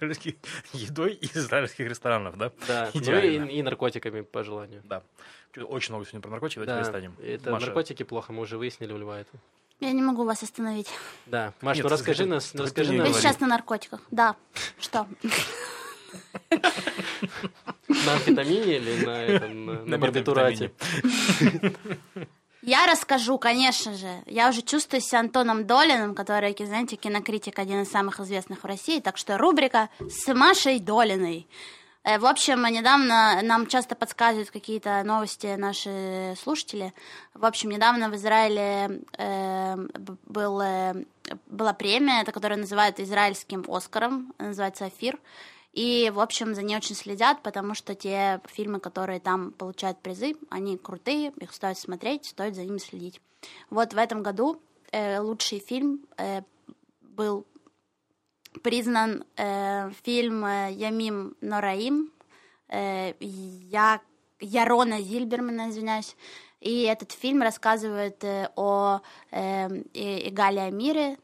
едой из израильских ресторанов, да? Да, Идеально. ну и наркотиками по желанию. Да. Очень много сегодня про наркотики, Да, давайте перестанем. это Маша, наркотики плохо, мы уже выяснили у Льва это. Я не могу вас остановить. Да, Маш, Нет, ну расскажи это- нас, это расскажи не Вы нам говори. сейчас на наркотиках. Да. Что? на амфетамине или на этом, на барбитурате? Я расскажу, конечно же. Я уже чувствую себя Антоном Долиным, который, знаете, кинокритик, один из самых известных в России. Так что рубрика с Машей Долиной. В общем, недавно нам часто подсказывают какие-то новости наши слушатели. В общем, недавно в Израиле была премия, которая называют израильским Оскаром, называется «Афир». И, в общем, за ней очень следят, потому что те фильмы, которые там получают призы, они крутые, их стоит смотреть, стоит за ними следить. Вот в этом году лучший фильм был признан фильм «Ямим Нораим», Ярона Зильбермана, извиняюсь. И этот фильм рассказывает о Игале Амире.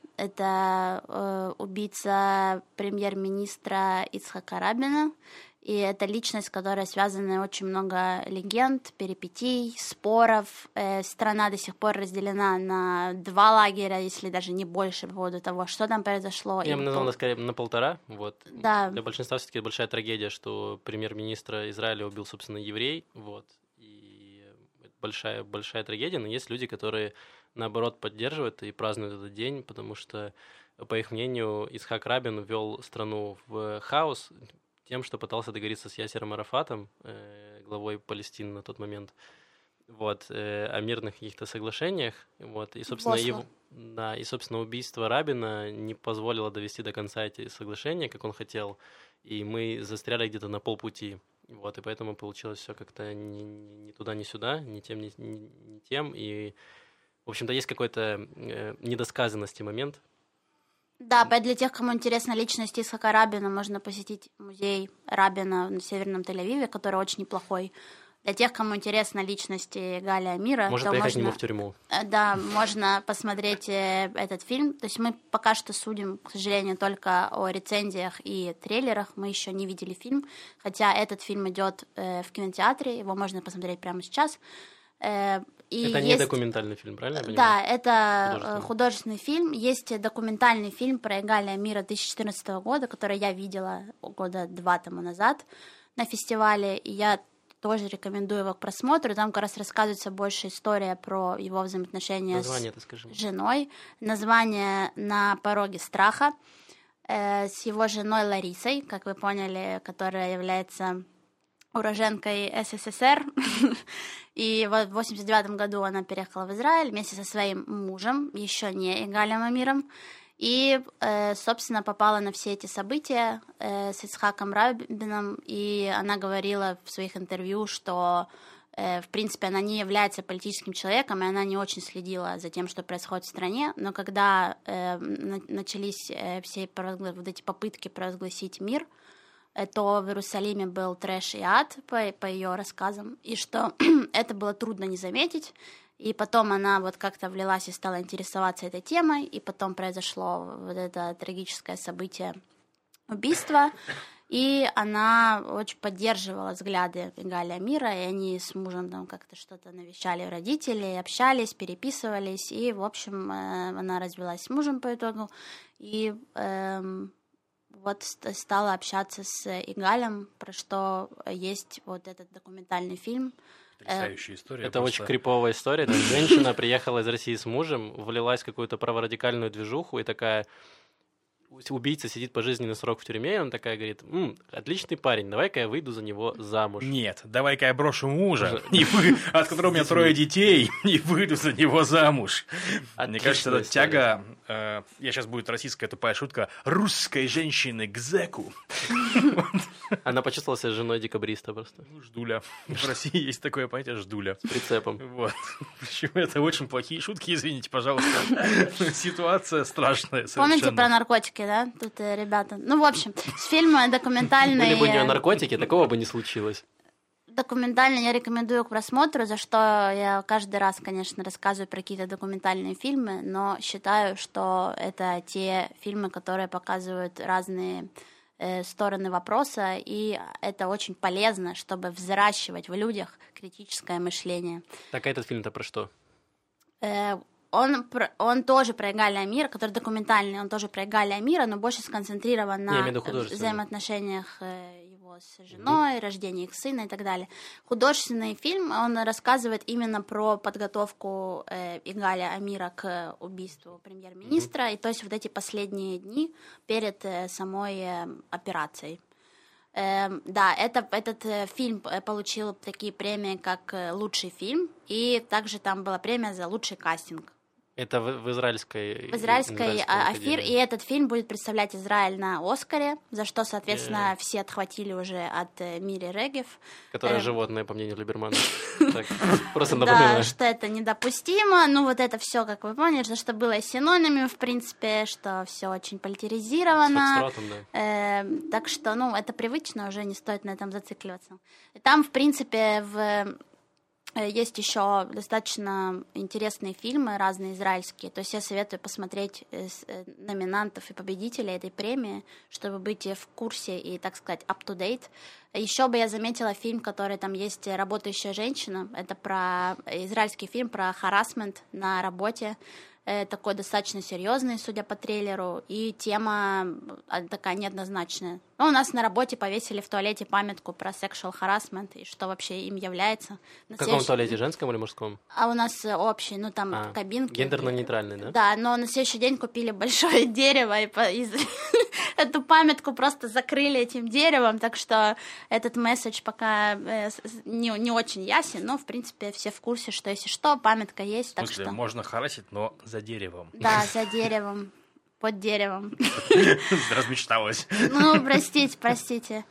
Это убийца премьер-министра Ицхака Рабина. И это личность, которая связана очень много легенд, перипетий, споров. Страна до сих пор разделена на 2 лагеря, если даже не больше, по поводу того, что там произошло. Я бы назвал, скорее, на 1,5. Вот. Да. Для большинства все-таки большая трагедия, что премьер-министра Израиля убил, собственно, еврей. Вот. И большая трагедия, но есть люди, которые, наоборот, поддерживают и празднуют этот день, потому что, по их мнению, Ицхак Рабин ввел страну в хаос тем, что пытался договориться с Ясером Арафатом, главой Палестины на тот момент, вот, о мирных каких-то соглашениях, вот, и, собственно, собственно, убийство Рабина не позволило довести до конца эти соглашения, как он хотел, и мы застряли где-то на полпути, вот, и поэтому получилось все как-то ни туда, ни сюда, ни тем, ни тем, и, в общем-то, есть какой-то недосказанности момент. Да, для тех, кому интересна личность Ицхака Рабина, можно посетить музей Рабина на Северном Тель-Авиве, который очень неплохой. Для тех, кому интересна личность Игаля Амира, можно поехать к нему в тюрьму. Да, можно посмотреть этот фильм. То есть мы пока что судим, к сожалению, только о рецензиях и трейлерах. Мы еще не видели фильм, хотя этот фильм идет в кинотеатре, его можно посмотреть прямо сейчас. И это не документальный фильм, правильно я понимаю? Да, это художественный фильм. Есть документальный фильм про Игаля Амира 2014 года, который я видела 2 года тому назад на фестивале, и я тоже рекомендую его к просмотру. Там как раз рассказывается больше история про его взаимоотношения с женой. Название «На пороге страха», с его женой Ларисой, как вы поняли, которая является уроженкой СССР. И вот в 1989 году она переехала в Израиль вместе со своим мужем, еще не Игалем Амиром, и, собственно, попала на все эти события с Ицхаком Рабином, и она говорила в своих интервью, что, в принципе, она не является политическим человеком, и она не очень следила за тем, что происходит в стране, но когда начались все вот эти попытки провозгласить мир, то в Иерусалиме был трэш и ад, по ее рассказам, и что это было трудно не заметить. И потом она вот как-то влилась и стала интересоваться этой темой, и потом произошло вот это трагическое событие убийства, и она очень поддерживала взгляды Игаля Амира, и они с мужем там как-то что-то навещали у родителей, общались, переписывались, и, в общем, она развелась с мужем по итогу, и вот стала общаться с Игалем, про что есть вот этот документальный фильм. Потрясающая история. Это очень криповая история. Женщина приехала из России с мужем, влилась в какую-то праворадикальную движуху и такая... Убийца сидит пожизненный срок в тюрьме, и она такая говорит: отличный парень, давай-ка я выйду за него замуж. Нет, давай-ка я брошу мужа, от которого у меня 3 детей, и выйду за него замуж. Мне кажется, это тяга, я сейчас будет российская тупая шутка, русской женщины к зэку. Она почувствовала себя женой декабриста просто. Ждуля. В России есть такое понятие ждуля. С прицепом. Вот. Почему это очень плохие шутки, извините, пожалуйста. Ситуация страшная совершенно. Помните про наркотики, да? Тут ребята... Ну, в общем, с фильма документальный... Были бы у нее наркотики, такого бы не случилось. Документально я рекомендую к просмотру, за что я каждый раз, конечно, рассказываю про какие-то документальные фильмы, но считаю, что это те фильмы, которые показывают разные стороны вопроса, и это очень полезно, чтобы взращивать в людях критическое мышление. Так, а этот фильм-то про что? Он тоже про Игаля Амира, который документальный, он тоже про Игаля Амира, но больше сконцентрирован на взаимоотношениях его с женой, рождении их сына и так далее. Художественный фильм, он рассказывает именно про подготовку Игаля Амира к убийству премьер-министра, и то есть вот эти последние дни перед самой операцией. Да, этот фильм получил такие премии, как лучший фильм, и также там была премия за лучший кастинг. Это в израильской... В израильской Афир, академии. и этот фильм будет представлять Израиль на Оскаре, за что, соответственно, все отхватили уже от Мири Регев. Которое животное, по мнению Либермана. Так, просто Да, напоминаю. что это недопустимо. Ну, вот это все, как вы поняли, что было и синонимами, в принципе, что все очень поляризировано. С Фокстротом, да. Так что, ну, это привычно, уже не стоит на этом зацикливаться. И там, в принципе, есть еще достаточно интересные фильмы, разные израильские. То есть я советую посмотреть номинантов и победителей этой премии, чтобы быть в курсе и, так сказать, up-to-date. Еще бы я заметила фильм, который там есть «Работающая женщина». Это израильский фильм про харассмент на работе. Такой достаточно серьезный, судя по трейлеру, и тема такая неоднозначная. Ну, у нас на работе повесили в туалете памятку про sexual harassment и что вообще им является. В каком туалете, женском или мужском? А у нас общий, ну там в кабинке. Гендерно-нейтральный, да? Да, но на следующий день купили большое дерево, и эту памятку просто закрыли этим деревом, так что этот месседж пока не очень ясен, но, в принципе, все в курсе, что если что, памятка есть. В смысле, можно харасить, но за деревом. Да, за деревом, под деревом. Размечталась. Ну, простите.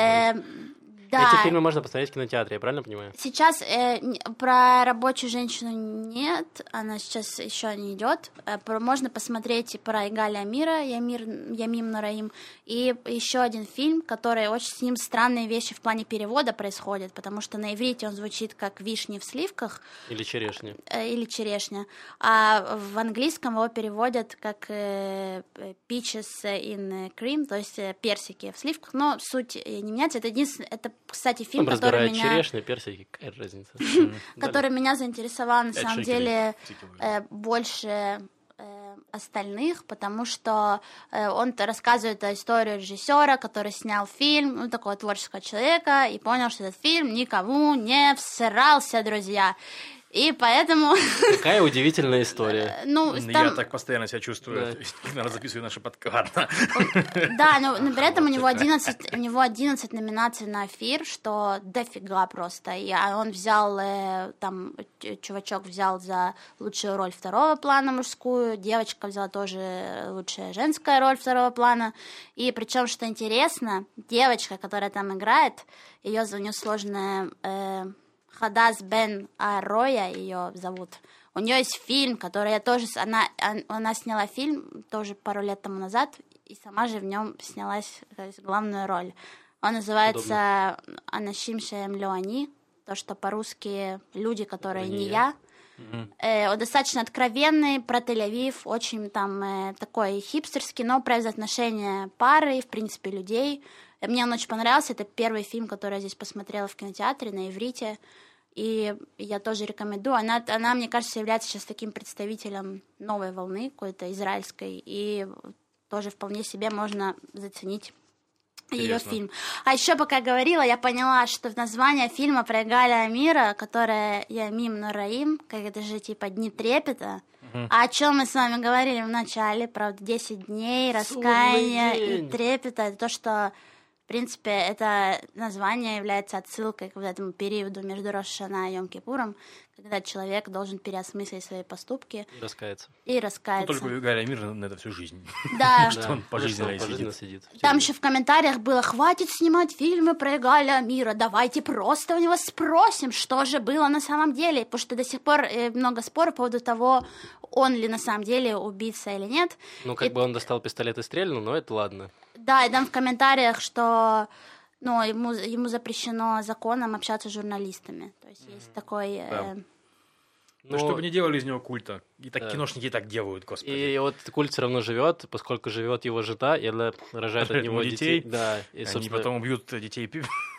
Да. Эти фильмы можно посмотреть в кинотеатре, я правильно понимаю? Сейчас про рабочую женщину нет, она сейчас еще не идет. Можно посмотреть про Игаля Амира, Ямим Нураим, и еще один фильм, который очень с ним странные вещи в плане перевода происходят, потому что на иврите он звучит как «Вишни в сливках». Или «Черешня». Или «Черешня». А в английском его переводят как «Peaches in cream», то есть персики в сливках, но суть не меняется. Это, кстати, фильм, который меня... черешню, персики, какая разница? Который меня заинтересовал, на самом деле, больше остальных, потому что он рассказывает историю режиссера, который снял фильм, ну, такого творческого человека, и понял, что этот фильм никому не всрался, друзья. И поэтому... Какая удивительная история. Ну, Я так постоянно себя чувствую, когда записываю наши подкасты. Да, но при этом у него 11 номинаций на Афир, что дофига просто. И он взял, там, чувачок взял за лучшую роль второго плана мужскую, девочка взяла тоже лучшая женская роль второго плана. И причем, что интересно, девочка, которая там играет, у нее сложная... Хадас Бен Ароя ее зовут. У нее есть фильм, который я тоже... Она сняла фильм тоже пару лет тому назад, и сама же в нем снялась, то есть, главную роль. Он называется «Анашим шеем лоани», то, что по-русски «Люди, которые не я». Он достаточно откровенный, про Тель-Авив, очень там такой хипстерский, но про взаимоотношения пары, в принципе, людей. Мне он очень понравился. Это первый фильм, который я здесь посмотрела в кинотеатре на иврите. И я тоже рекомендую. Она, мне кажется, является сейчас таким представителем новой волны, какой-то израильской. И тоже вполне себе можно заценить ее фильм. А еще пока я говорила, я поняла, что название фильма про Игаля Амира, которое Ямим Нураим, как это же типа «Дни трепета», а о чем мы с вами говорили в начале, про 10 дней, раскаяния и трепета, это то, что, в принципе, это название является отсылкой к вот этому периоду между Рош ха-Шана и Йом-Кипуром, когда человек должен переосмыслить свои поступки. И раскаяться. Ну, только Игаль Амир на это всю жизнь. Да. Что он пожизненно сидит. Там еще в комментариях было: хватит снимать фильмы про Игаля Амира, давайте просто у него спросим, что же было на самом деле. Потому что до сих пор много споров по поводу того, он ли на самом деле убийца или нет. Ну, как бы он достал пистолет и стрельнул, но это ладно. Да, и там в комментариях, что ему запрещено законом общаться с журналистами. То есть есть такой... Ну, чтобы не делали из него культа. И так киношники и так делают, господи. И вот культ все равно живет, поскольку живет его жена, и она рожает от него детей. Да, и, они потом убьют детей.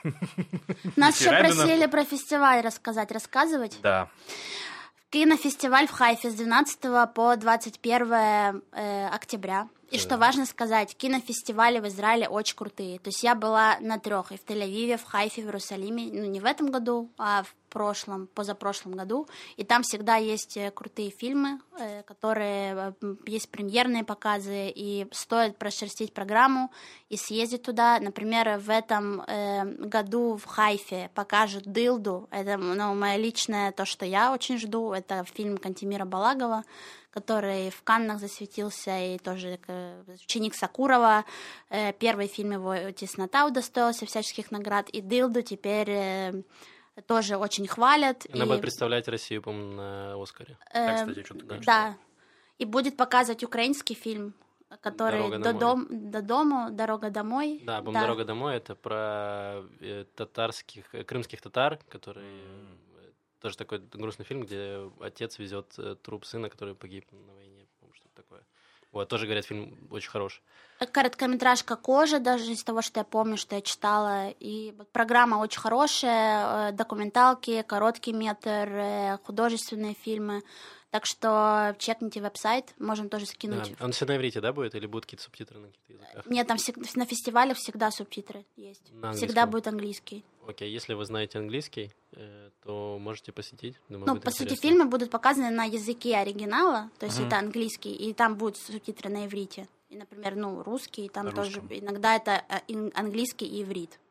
Нас еще просили про фестиваль рассказывать. Да. Кинофестиваль в Хайфе с 12 по 21 октября. И что важно сказать, кинофестивали в Израиле очень крутые. То есть я была на 3: и в Тель-Авиве, в Хайфе, в Иерусалиме. Ну, не в этом году, а в позапрошлом году. И там всегда есть крутые фильмы, которые есть премьерные показы, и стоит прошерстить программу и съездить туда. Например, в этом году в Хайфе покажут «Дилду». Это мое личное, то, что я очень жду. Это фильм Кантемира Балагова, который в Каннах засветился, и тоже ученик Сакурова. Первый фильм его «Теснота» удостоился всяческих наград, и «Дилду» теперь тоже очень хвалят. Она будет представлять Россию, по-моему, на «Оскаре». Кстати, что-то Да. И будет показывать украинский фильм, который «Дорога домой». Да, по-моему, «Дорога домой» — это про крымских татар, которые... Тоже такой грустный фильм, где отец везет труп сына, который погиб на войне. По-моему, что-то такое. Вот, тоже, говорят, фильм очень хороший. Короткометражка «Кожа», даже из того, что я помню, что я читала. И программа очень хорошая, документалки, короткий метр, художественные фильмы. Так что чекните веб-сайт, можем тоже скинуть. Да. Он все на иврите, да, будет? Или будут какие-то субтитры на каких-то языках? Нет, там на фестивалях всегда субтитры есть. Всегда будет английский. Окей, если вы знаете английский, то можете посетить. Думаю, ну, по сути, фильмы будут показаны на языке оригинала, то есть это английский, и там будут субтитры на иврите. И, например, русский, и там тоже иногда это английский и иврит.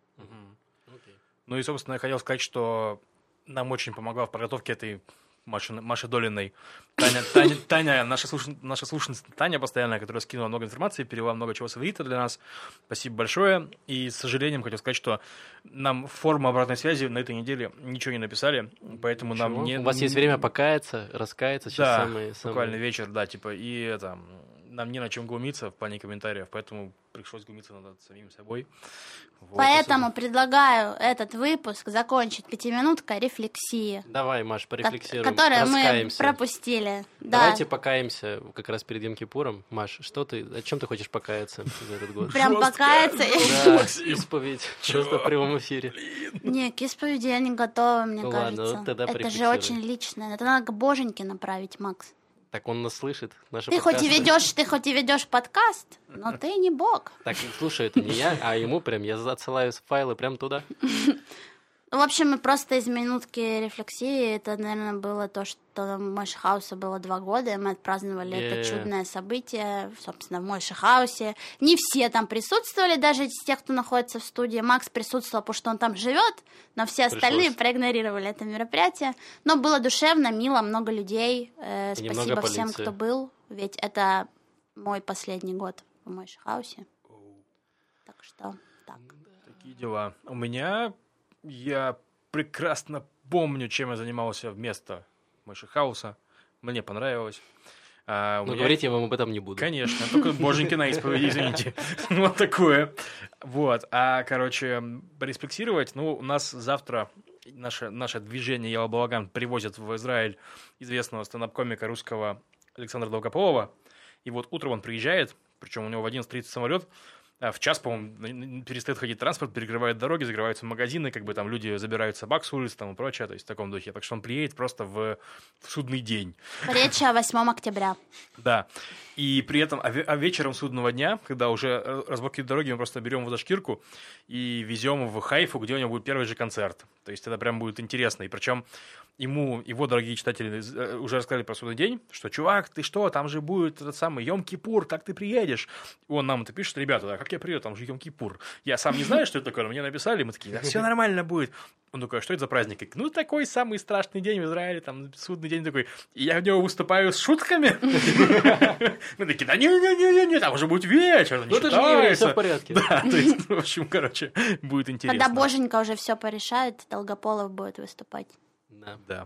Ну и, собственно, я хотел сказать, что нам очень помогла в подготовке этой Маши Долиной. Таня, наша слушательница Таня постоянная, которая скинула много информации, перевела много чего с иврита для нас. Спасибо большое. И с сожалением хотел сказать, что нам форму обратной связи на этой неделе ничего не написали, поэтому нам не... У вас есть время покаяться, раскаяться. Да, буквально вечер, да, типа, и это... Нам не на чем глумиться в плане комментариев, поэтому пришлось глумиться над самим собой. Вот, поэтому предлагаю этот выпуск закончить 5-минуткой рефлексии. Давай, Маш, порефлексируем. Которую мы пропустили. Давайте покаемся как раз перед Йом-Кипуром. Маш, о чем ты хочешь покаяться за этот год? Прям покаяться? Да, исповедь. Просто в прямом эфире. Не, к исповеди я не готова, мне кажется. Ладно, тогда это же очень личное. Это надо к Боженьке направить, Макс. Так он нас слышит, наши подкасты. Ты хоть и ведешь подкаст, но ты не Бог. Так, слушай, это не я, а ему прям, я отсылаю файлы прям туда. В общем, мы просто из минутки рефлексии, это, наверное, было то, что в Мойши Хаусе было 2 года, и мы отпраздновали это чудное событие, собственно, в Мойши Хаусе. Не все там присутствовали, даже из тех, кто находится в студии. Макс присутствовал, потому что он там живет, но все остальные проигнорировали это мероприятие. Но было душевно, мило, много людей. Спасибо всем, кто был, ведь это мой последний год в Мойши Хаусе. Так что, так. Такие дела. У меня... Я прекрасно помню, чем я занимался вместо Мойши Хауса. Мне понравилось. Говорить я вам об этом не буду. Конечно, только боженьки на исповеди, извините. Вот такое. Вот. Порефлексировать. У нас завтра наше движение «Яла Балаган» привозит в Израиль известного стендап-комика русского Александра Долгополова. И вот утром он приезжает, причем у него в 11:30 самолет. В час, по-моему, перестает ходить транспорт, перекрывают дороги, закрываются магазины, там люди забирают собак с улиц и прочее, то есть в таком духе. Так что он приедет просто в судный день. Речь о 8 октября. Да. И при этом вечером судного дня, когда уже разблокируют дороги, мы просто берем его за шкирку и везем в Хайфу, где у него будет первый же концерт. То есть это прям будет интересно. И причем его дорогие читатели уже рассказали про судный день, что, чувак, ты что, там же будет этот самый Йом-Кипур, как ты приедешь? И он нам это пишет: ребята, как я приеду, там же Йом-Кипур. Я сам не знаю, что это такое, но мне написали, мы такие: да, все нормально будет. Он такой: а что это за праздник? Такой самый страшный день в Израиле, там судный день такой. И я в него выступаю с шутками. Мы такие: да не, там уже будет вечер. Ну это же не еврей, все в порядке. Да, то есть, в общем, будет интересно. Когда Боженька уже все порешает, Долгополов будет выступать. Да.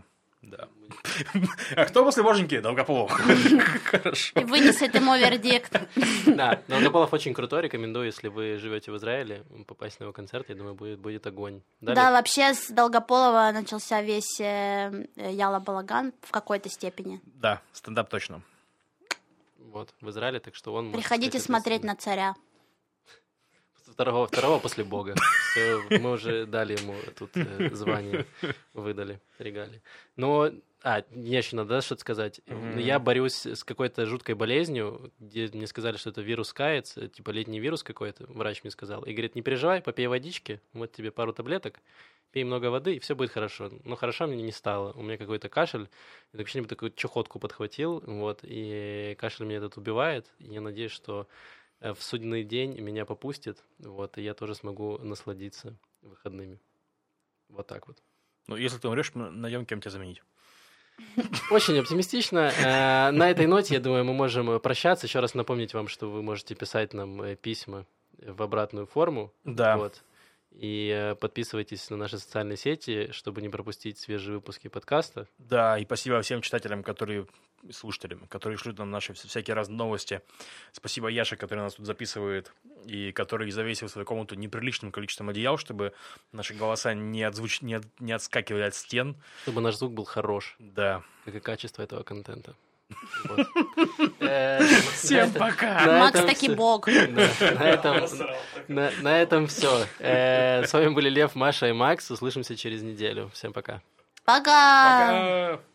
А кто после Боженьки? Долгополов. Хорошо. И вынесет ему вердикт. Да, Долгополов очень крутой, рекомендую, если вы живете в Израиле, попасть на его концерт, я думаю, будет огонь. Да, вообще с Долгополова начался весь Яла Балаган в какой-то степени. Да, стендап точно. Вот, в Израиле, так что он... Приходите смотреть на царя. Второго после Бога. Все, мы уже дали ему тут звание, выдали регалии. Но, мне еще надо что-то сказать. Я борюсь с какой-то жуткой болезнью, где мне сказали, что это вирус КАИЦ, типа летний вирус какой-то, врач мне сказал. И говорит: не переживай, попей водички, вот тебе пару таблеток, пей много воды, и все будет хорошо. Но хорошо мне не стало. У меня какой-то кашель, я вообще такую чехотку подхватил, вот, и кашель меня этот убивает. И я надеюсь, что в судный день меня попустит, вот, и я тоже смогу насладиться выходными. Вот так вот. Если ты умрешь, найдем кем тебя заменить. Очень оптимистично. На этой ноте, я думаю, мы можем прощаться. Еще раз напомнить вам, что вы можете писать нам письма в обратную форму. Да. Вот. И подписывайтесь на наши социальные сети, чтобы не пропустить свежие выпуски подкаста. Да, и спасибо всем читателям, слушателям, которые шлют нам наши всякие разные новости. Спасибо Яше, который нас тут записывает, и который завесил свою комнату неприличным количеством одеял, чтобы наши голоса не отскакивали от стен. Чтобы наш звук был хорош. Да. Как и качество этого контента. Всем пока! Макс таки бог. На этом все. С вами были Лев, Маша и Макс. Услышимся через неделю. Всем пока. Пока!